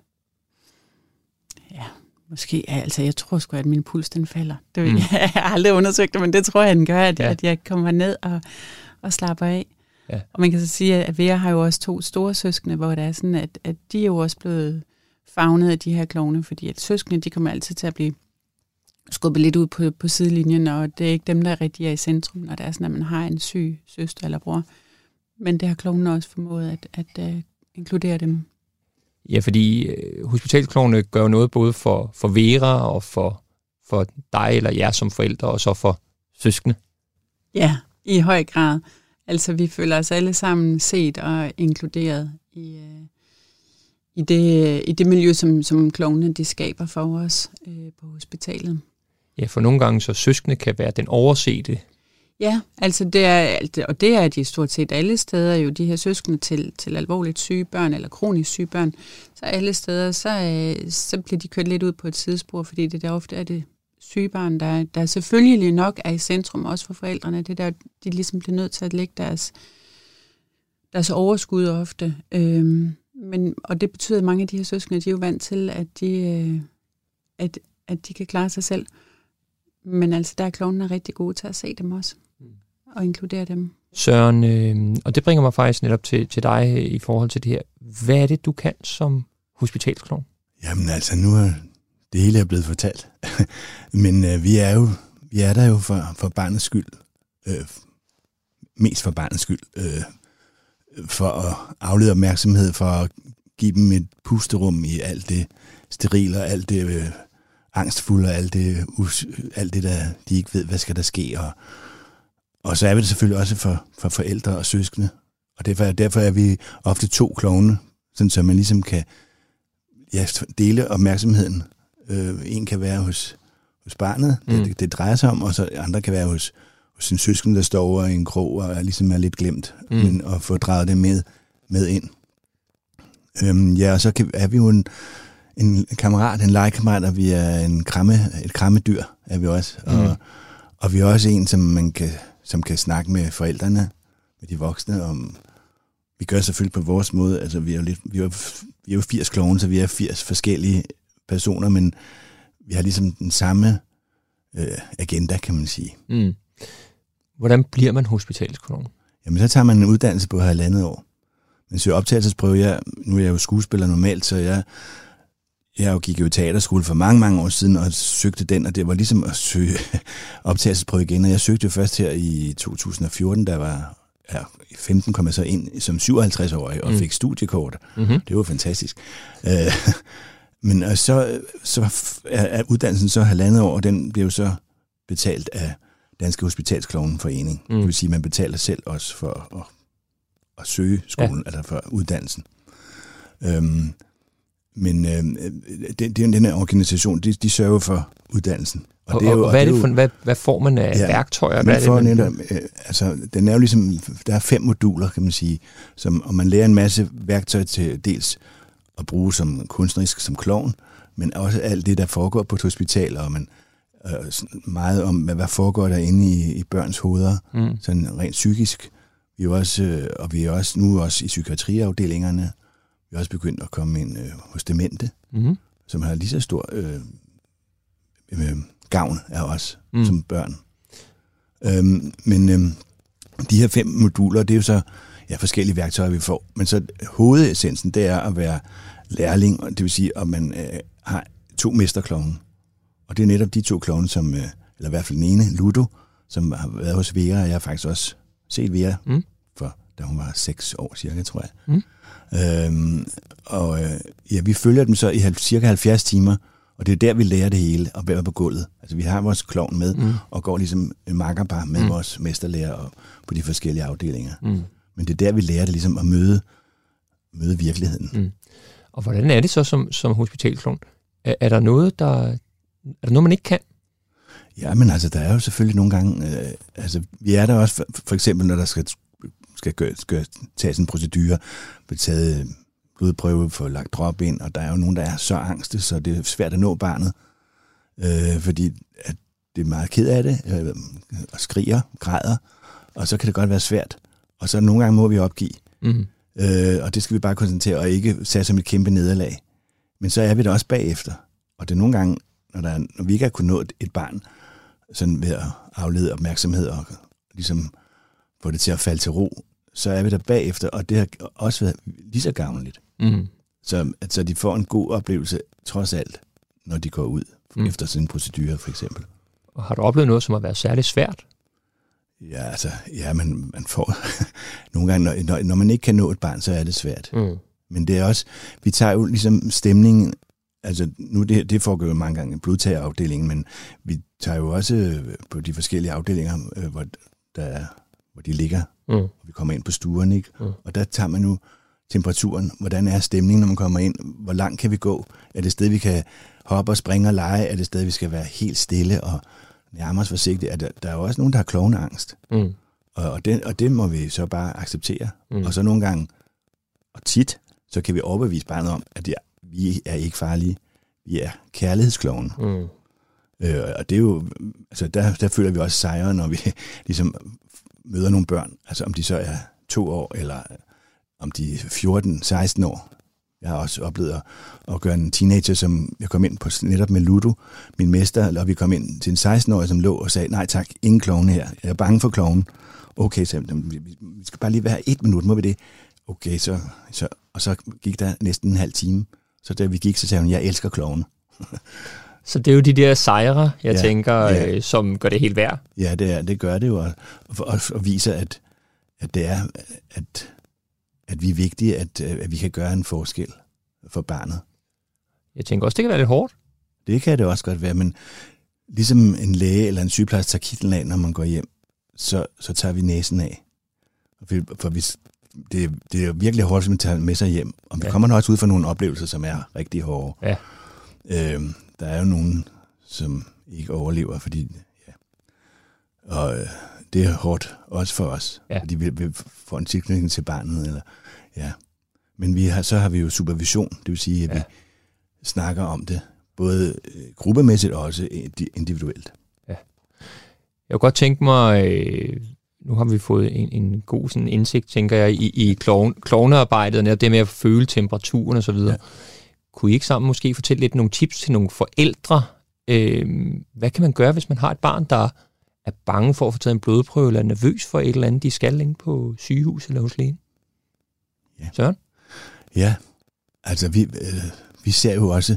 måske, altså jeg tror sgu, at min puls den falder. Jeg har aldrig undersøgt det, men det tror jeg, den gør, at jeg kommer ned og slapper af. Ja. Og man kan så sige, at Vera har jo også 2 store søskende, hvor det er sådan, at de er jo også blevet favnet af de her klovne, fordi at søskende, de kommer altid til at blive skubbet lidt ud på sidelinjen, og det er ikke dem, der rigtig er i centrum, når det er sådan, at man har en syg søster eller bror. Men det har klovnene også formået at inkludere dem. Ja, fordi hospitalsklovnene gør noget både for Vera og for dig eller jer som forældre, og så for søskende. Ja, i høj grad. Altså, vi føler os alle sammen set og inkluderet i det miljø, som klovnene de skaber for os på hospitalet. Ja, for nogle gange så søskende kan være den oversete. Ja, altså det er de stort set alle steder jo, de her søskende til alvorligt syge børn eller kronisk syge børn, så alle steder, så bliver de kørt lidt ud på et sidespor, fordi det der ofte er det syge barn, der selvfølgelig nok er i centrum, også for forældrene. Det der, de ligesom bliver nødt til at lægge deres overskud ofte. Og det betyder, at mange af de her søskende, de er jo vant til, at de kan klare sig selv. Men altså, der er klovnene rigtig gode til at se dem også, og inkludere dem. Søren, og det bringer mig faktisk netop til dig i forhold til det her. Hvad er det, du kan som hospitalsklovn? Jamen altså, nu er det hele er blevet fortalt. Men vi er der jo for barnets skyld. Mest for barnets skyld. For at aflede opmærksomhed, for at give dem et pusterum i alt det sterile og alt det angstfulde og alt det, der de ikke ved, hvad skal der ske. Og så er vi det selvfølgelig også for forældre og søskende. Og derfor er vi ofte 2 klovne, sådan så man ligesom kan dele opmærksomheden. En kan være hos barnet, det drejer sig om, og så andre kan være hos sin søskende, der står over i en krog og ligesom er lidt glemt, men at få drejet det med ind. Og så er vi jo en kammerat, en legekammerat, og vi er et krammedyr, er vi også. Og vi er også en, som kan snakke med forældrene, med de voksne, om. Vi gør selvfølgelig på vores måde. Altså, vi er jo 80 klovne, så vi er 80 forskellige personer, men vi har ligesom den samme agenda, kan man sige. Hvordan bliver man hospitalsklovn? Jamen, så tager man en uddannelse på 1,5 år. Men så optagelsesprøve, nu er jeg jo skuespiller normalt, så jeg gik jo i teaterskole for mange, mange år siden og søgte den, og det var ligesom at søge optagelsesprøve igen. Og jeg søgte jo først her i 2014, der var 15, kom jeg så ind som 57-årig og fik studiekort. Det var fantastisk. Men så er uddannelsen så 1,5 år, og den bliver jo så betalt af Danske Hospitalsklovneforening. Det vil sige, at man betaler selv også for at søge skolen, eller for uddannelsen. Men den her organisation, de sørger for uddannelsen. Og hvad er det for, hvad får man af værktøjer? Hvad den er jo ligesom, der er 5 moduler, kan man sige, og man lærer en masse værktøj til dels at bruge som kunstnerisk, som klovn, men også alt det, der foregår på et hospital, og man meget om, hvad foregår der inde i børns hoveder, sådan rent psykisk. Vi er også nu også i psykiatriafdelingerne. Vi er også begyndt at komme ind hos demente, som har lige så stor gavn af os som børn. Men de her 5 moduler, det er jo så forskellige værktøjer, vi får. Men så hovedessensen, det er at være lærling, og det vil sige, at man har 2 mesterklovne. Og det er netop de 2 klovne, som, eller i hvert fald den ene, Ludo, som har været hos Vera, og jeg har faktisk også set Vera, da hun var 6 år cirka, tror jeg. Vi følger dem så i cirka 70 timer, og det er der, vi lærer det hele, og være på gulvet. Altså, vi har vores klovn med, og går ligesom en makkerpar med vores mesterlærer på de forskellige afdelinger. Men det er der, vi lærer det ligesom at møde virkeligheden. Og hvordan er det så som hospitalsklovn? Er der noget, man ikke kan? Ja, men altså, der er jo selvfølgelig nogle gange... vi er der også, for eksempel, når der skal tages en procedure, blive taget blodprøve, få lagt drop ind, og der er jo nogen, der er så angste, så det er svært at nå barnet, fordi at det er meget ked af det, og skriger, græder, og så kan det godt være svært. Og så nogle gange må vi opgive. Mm. Og det skal vi bare koncentrere, og ikke sætte som et kæmpe nederlag. Men så er vi der også bagefter. Og det er nogle gange, når vi ikke har kunnet nå et barn, sådan ved at aflede opmærksomhed og ligesom få det til at falde til ro, så er vi der bagefter, og det har også været lige så gavnligt. Mm. Så de får en god oplevelse, trods alt, når de går ud efter sådan en procedure, for eksempel. Og har du oplevet noget, som har været særligt svært? Ja, men man får... nogle gange, når man ikke kan nå et barn, så er det svært. Mm. Men det er også... Vi tager jo ligesom stemningen... Altså, nu det foregår jo mange gange i blodtagerafdelingen, men vi tager jo også på de forskellige afdelinger, hvor de ligger. Mm. Vi kommer ind på stuerne, ikke? Mm. Og der tager man nu temperaturen. Hvordan er stemningen, når man kommer ind? Hvor langt kan vi gå? Er det et sted, vi kan hoppe og springe og lege? Er det et sted, vi skal være helt stille og nærme os forsigtigt? Der er jo også nogen, der har klovneangst. Mm. Og det må vi så bare acceptere. Mm. Og så nogle gange, og tit, så kan vi overbevise barnet om, at vi er ikke farlige. Vi er kærlighedsklovne. Mm. Og det er jo, altså der føler vi også sejre, når vi ligesom møder nogle børn. Altså om de så er 2 år, eller om de er 14-16 år. Jeg har også oplevet at gøre en teenager, som jeg kom ind på netop med Ludo, min mester, og vi kom ind til en 16-årig, som lå og sagde, nej tak, ingen klovne her. Jeg er bange for klovnen. Okay, så vi skal bare lige være 1 minut, må vi det? Okay, og så gik der næsten en halv time. Så da vi gik, så sagde hun, jeg elsker klovne. Så det er jo de der sejre, jeg tænker, som gør det helt værd. Ja, det gør det jo, og viser, at det er, at vi er vigtige, at vi kan gøre en forskel for barnet. Jeg tænker også, det kan være lidt hårdt. Det kan det også godt være, men ligesom en læge eller en sygeplejerske tager kitlen af, når man går hjem, så tager vi næsen af. For det er virkelig hårdt, hvis man tager med sig hjem. Og vi kommer også ud for nogle oplevelser, som er rigtig hårde. Ja. Der er jo nogen, som ikke overlever, fordi... Ja. Og det er hårdt også for os, fordi vi får en tilknytning til barnet. Eller, ja. Men så har vi jo supervision, det vil sige, at vi snakker om det, både gruppemæssigt og også individuelt. Ja. Jeg kunne godt tænke mig... Nu har vi fået en god sådan indsigt, tænker jeg, i klovnearbejdet, og det med at føle temperaturen og så videre. Ja. Kunne I ikke sammen måske fortælle lidt nogle tips til nogle forældre? Hvad kan man gøre, hvis man har et barn, der er bange for at få taget en blodprøve, eller er nervøs for et eller andet, de skal inde på sygehus eller hos lægen? Ja. Søren? Ja, altså vi ser jo også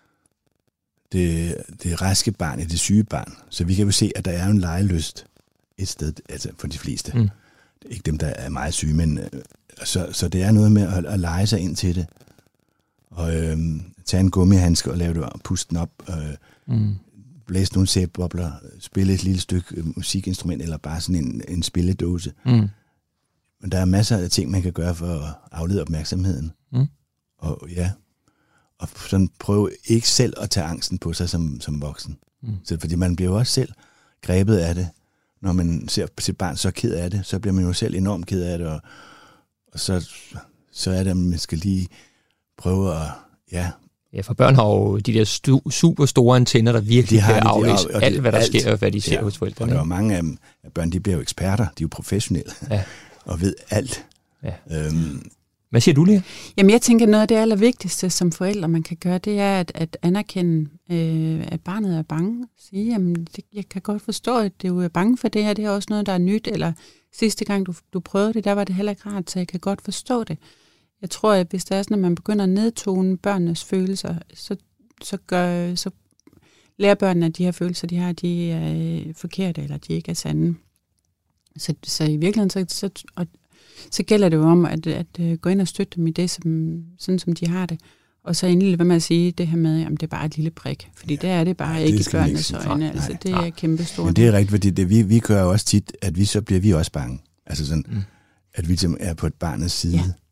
det raske barn i det syge barn, så vi kan jo se, at der er en legelyst et sted, altså for de fleste. Mm. Ikke dem, der er meget syge, men så det er noget med at lege sig ind til det. Og tage en gummihandske og lave det og puste den op. Blæse nogle sæbebobler, spille et lille stykke musikinstrument, eller bare sådan en spilledåse. Mm. Men der er masser af ting, man kan gøre for at aflede opmærksomheden. Mm. Og sådan prøve ikke selv at tage angsten på sig som voksen. Mm. Så, fordi man bliver jo også selv grebet af det. Når man ser sit barn så ked af det, så bliver man jo selv enormt ked af det, og så er det, at man skal lige prøve at, Ja, for børn har jo de der super store antenner, der virkelig kan aflæse alt, hvad der sker, og hvad de ser hos forældrene. Og der er mange af børn, de bliver jo eksperter, de er jo professionelle, og ved alt. Ja. Hvad siger du, Lea? Jamen, jeg tænker, noget af det allervigtigste som forældre, man kan gøre, det er at anerkende, at barnet er bange. Sige, jamen, jeg kan godt forstå, at du er bange for det her, det er også noget, der er nyt, eller sidste gang du prøvede det, der var det heller ikke rart, så jeg kan godt forstå det. Jeg tror, at hvis det er sådan, at man begynder at nedtone børnenes følelser, så lærer børnene, at de her følelser, de har, de er forkerte, eller de ikke er sande. Så i virkeligheden, så gælder det jo om at gå ind og støtte dem i det, sådan som de har det. Og så endelig, hvad man at sige, det her med, at det er bare et lille prik. Fordi det er det bare ikke i børnenes øjne. Altså, det er kæmpestort. Men det er rigtigt, fordi vi gør jo også tit, at så bliver vi også bange. Altså sådan, at vi er på et barnets side. Ja.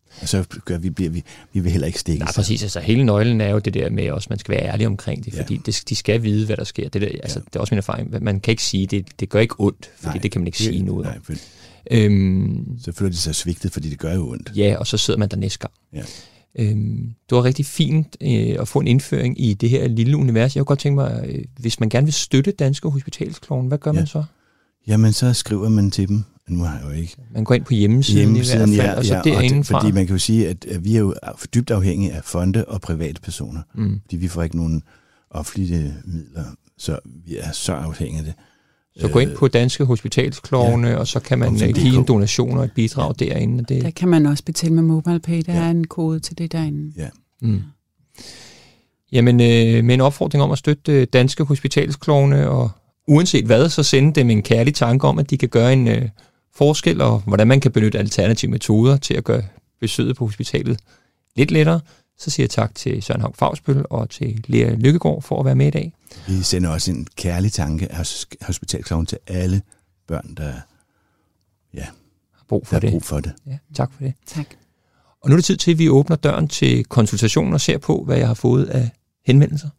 Og så vi vil heller ikke stikke. Nej, præcis. Altså, hele nøglen er jo det der med også, man skal være ærlig omkring det, fordi de skal vide, hvad der sker. Det der, altså, det er også min erfaring. Man kan ikke sige, det gør ikke ondt, fordi det kan man ikke sige noget om. Så føler de sig svigtet, fordi det gør jo ondt. Ja, og så sidder man der næste gang. Ja. Det var rigtig fint at få en indføring i det her lille univers. Jeg kunne godt tænke mig, hvis man gerne vil støtte Danske Hospitalsklovne, hvad gør man så? Jamen, så skriver man til dem. Nu har jeg jo ikke. Man går ind på hjemmesiden i hvert fald, og så derindefra. Fordi man kan jo sige, at vi er jo dybt afhængige af fonde og private personer. Fordi vi får ikke nogen offentlige midler, så vi er så afhængige af det. Så gå ind på Danske Hospitalsklovne, og så kan man give en donation og et bidrag derinde. Det. Der kan man også betale med MobilePay. Der er en kode til det derinde. Ja. Jamen, med en opfordring om at støtte Danske Hospitalsklovne, og uanset hvad, så sende dem en kærlig tanke om, at de kan gøre en forskel, og hvordan man kan benytte alternative metoder til at gøre besøget på hospitalet lidt lettere. Så siger jeg tak til Søren Hauch Fausbøll og til Lea Lykkegaard for at være med i dag. Vi sender også en kærlig tanke af Hospitalsklovne til alle børn, der har brug for det. Ja, tak for det. Tak. Og nu er det tid til, at vi åbner døren til konsultation og ser på, hvad jeg har fået af henvendelser.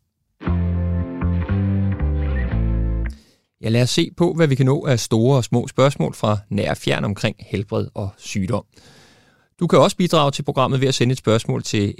Ja, lad os se på, hvad vi kan nå af store og små spørgsmål fra nær og fjern omkring helbred og sygdom. Du kan også bidrage til programmet ved at sende et spørgsmål til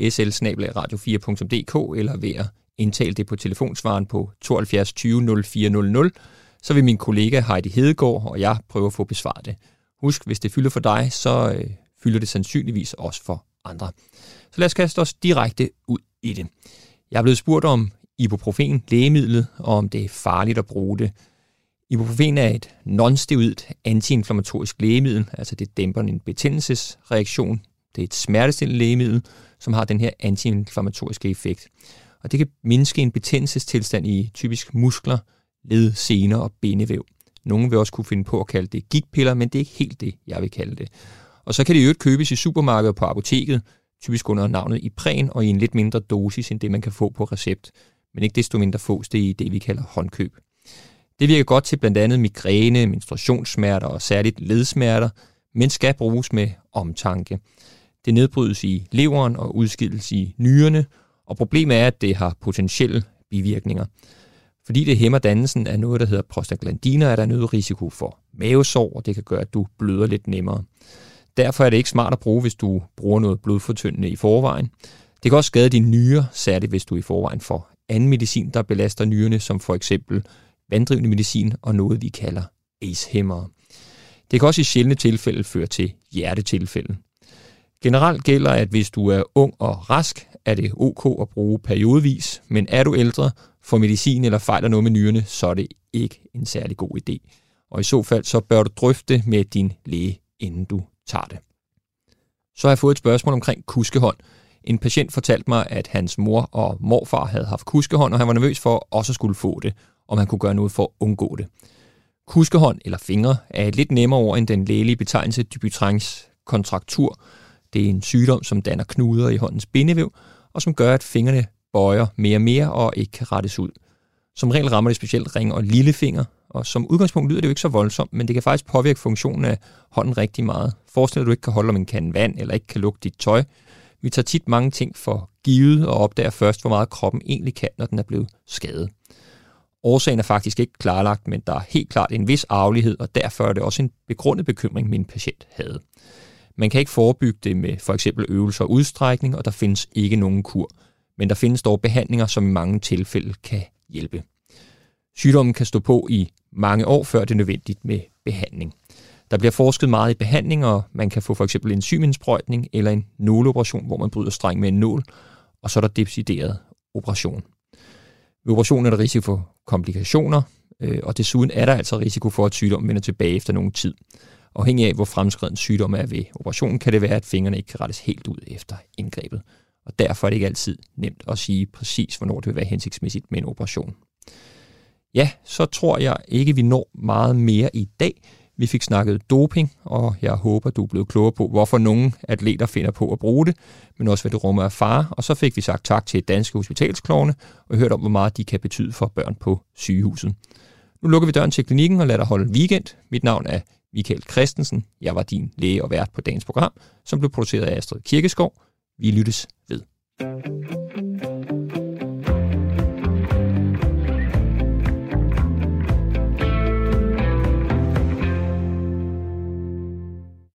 sl@radio4.dk eller ved at indtale det på telefonsvaren på 72 20 0400. Så vil min kollega Heidi Hedegaard og jeg prøve at få besvaret det. Husk, hvis det fylder for dig, så fylder det sandsynligvis også for andre. Så lad os kaste os direkte ud i det. Jeg er blevet spurgt om ibuprofen, lægemidlet, og om det er farligt at bruge det. Ibuprofen er et non-steroidt antiinflammatorisk lægemiddel, altså det dæmper en betændelsesreaktion. Det er et smertestillende lægemiddel, som har den her antiinflammatoriske effekt. Og det kan mindske en betændelsestilstand i typisk muskler, led, sener og bindevæv. Nogle vil også kunne finde på at kalde det gigtpiller, men det er ikke helt det, jeg vil kalde det. Og så kan det i øvrigt købes i supermarkedet på apoteket, typisk under navnet Ipren og i en lidt mindre dosis end det, man kan få på recept. Men ikke desto mindre fås det i det, vi kalder håndkøb. Det virker godt til blandt andet migræne, menstruationssmerter og særligt ledsmerter, men skal bruges med omtanke. Det nedbrydes i leveren og udskilles i nyrerne, og problemet er, at det har potentielle bivirkninger. Fordi det hæmmer dannelsen af noget, der hedder prostaglandiner, er der en øget risiko for mavesår, og det kan gøre, at du bløder lidt nemmere. Derfor er det ikke smart at bruge, hvis du bruger noget blodfortyndende i forvejen. Det kan også skade dine nyrer, særligt hvis du i forvejen får anden medicin, der belaster nyrerne, som for eksempel vanddrivende medicin og noget, vi kalder ACE-hæmmere. Det kan også i sjældne tilfælde føre til hjertetilfælde. Generelt gælder, at hvis du er ung og rask, er det ok at bruge periodevis, men er du ældre, får medicin eller fejler noget med nyrerne, så er det ikke en særlig god idé. Og i så fald, så bør du drøfte med din læge, inden du tager det. Så har jeg fået et spørgsmål omkring kuskehånd. En patient fortalte mig, at hans mor og morfar havde haft kuskehånd, og han var nervøs for også at skulle få det, om han kunne gøre noget for at undgå det. Kuskehånd eller fingre er et lidt nemmere ord end den lægelige betegnelse Dupuytren's kontraktur. Det er en sygdom, som danner knuder i håndens bindevæv, og som gør, at fingrene bøjer mere og mere og ikke kan rettes ud. Som regel rammer det specielt ring- og lillefinger, og som udgangspunkt lyder det jo ikke så voldsomt, men det kan faktisk påvirke funktionen af hånden rigtig meget. Forestil dig, at du ikke kan holde om en kande vand, eller ikke kan lukke dit tøj. Vi tager tit mange ting for givet og opdager først, hvor meget kroppen egentlig kan, når den er blevet skadet. Årsagen er faktisk ikke klarlagt, men der er helt klart en vis arvelighed, og derfor er det også en begrundet bekymring, min patient havde. Man kan ikke forebygge det med for eksempel øvelser og udstrækning, og der findes ikke nogen kur. Men der findes dog behandlinger, som i mange tilfælde kan hjælpe. Sygdommen kan stå på i mange år, før det er nødvendigt med behandling. Der bliver forsket meget i behandling, og man kan få for eksempel enzymindsprøjtning eller en nåleoperation, hvor man bryder streng med en nål, og så er der decideret operation. Ved operationen er der risiko for komplikationer, og desuden er der altså risiko for, at sygdommen vender tilbage efter nogen tid. Afhængig af, hvor fremskreden sygdom er ved operationen, kan det være, at fingrene ikke kan rettes helt ud efter indgrebet. Og derfor er det ikke altid nemt at sige præcis, hvornår det vil være hensigtsmæssigt med en operation. Ja, så tror jeg ikke, vi når meget mere i dag. Vi fik snakket doping, og jeg håber, du er blevet klogere på, hvorfor nogle atleter finder på at bruge det, men også hvad det rummer af fare. Og så fik vi sagt tak til Danske Hospitalsklovne og hørt om, hvor meget de kan betyde for børn på sygehuset. Nu lukker vi døren til klinikken og lader dig holde weekend. Mit navn er Michael Christensen. Jeg var din læge og vært på dagens program, som blev produceret af Astrid Kirkeskov. Vi lyttes ved.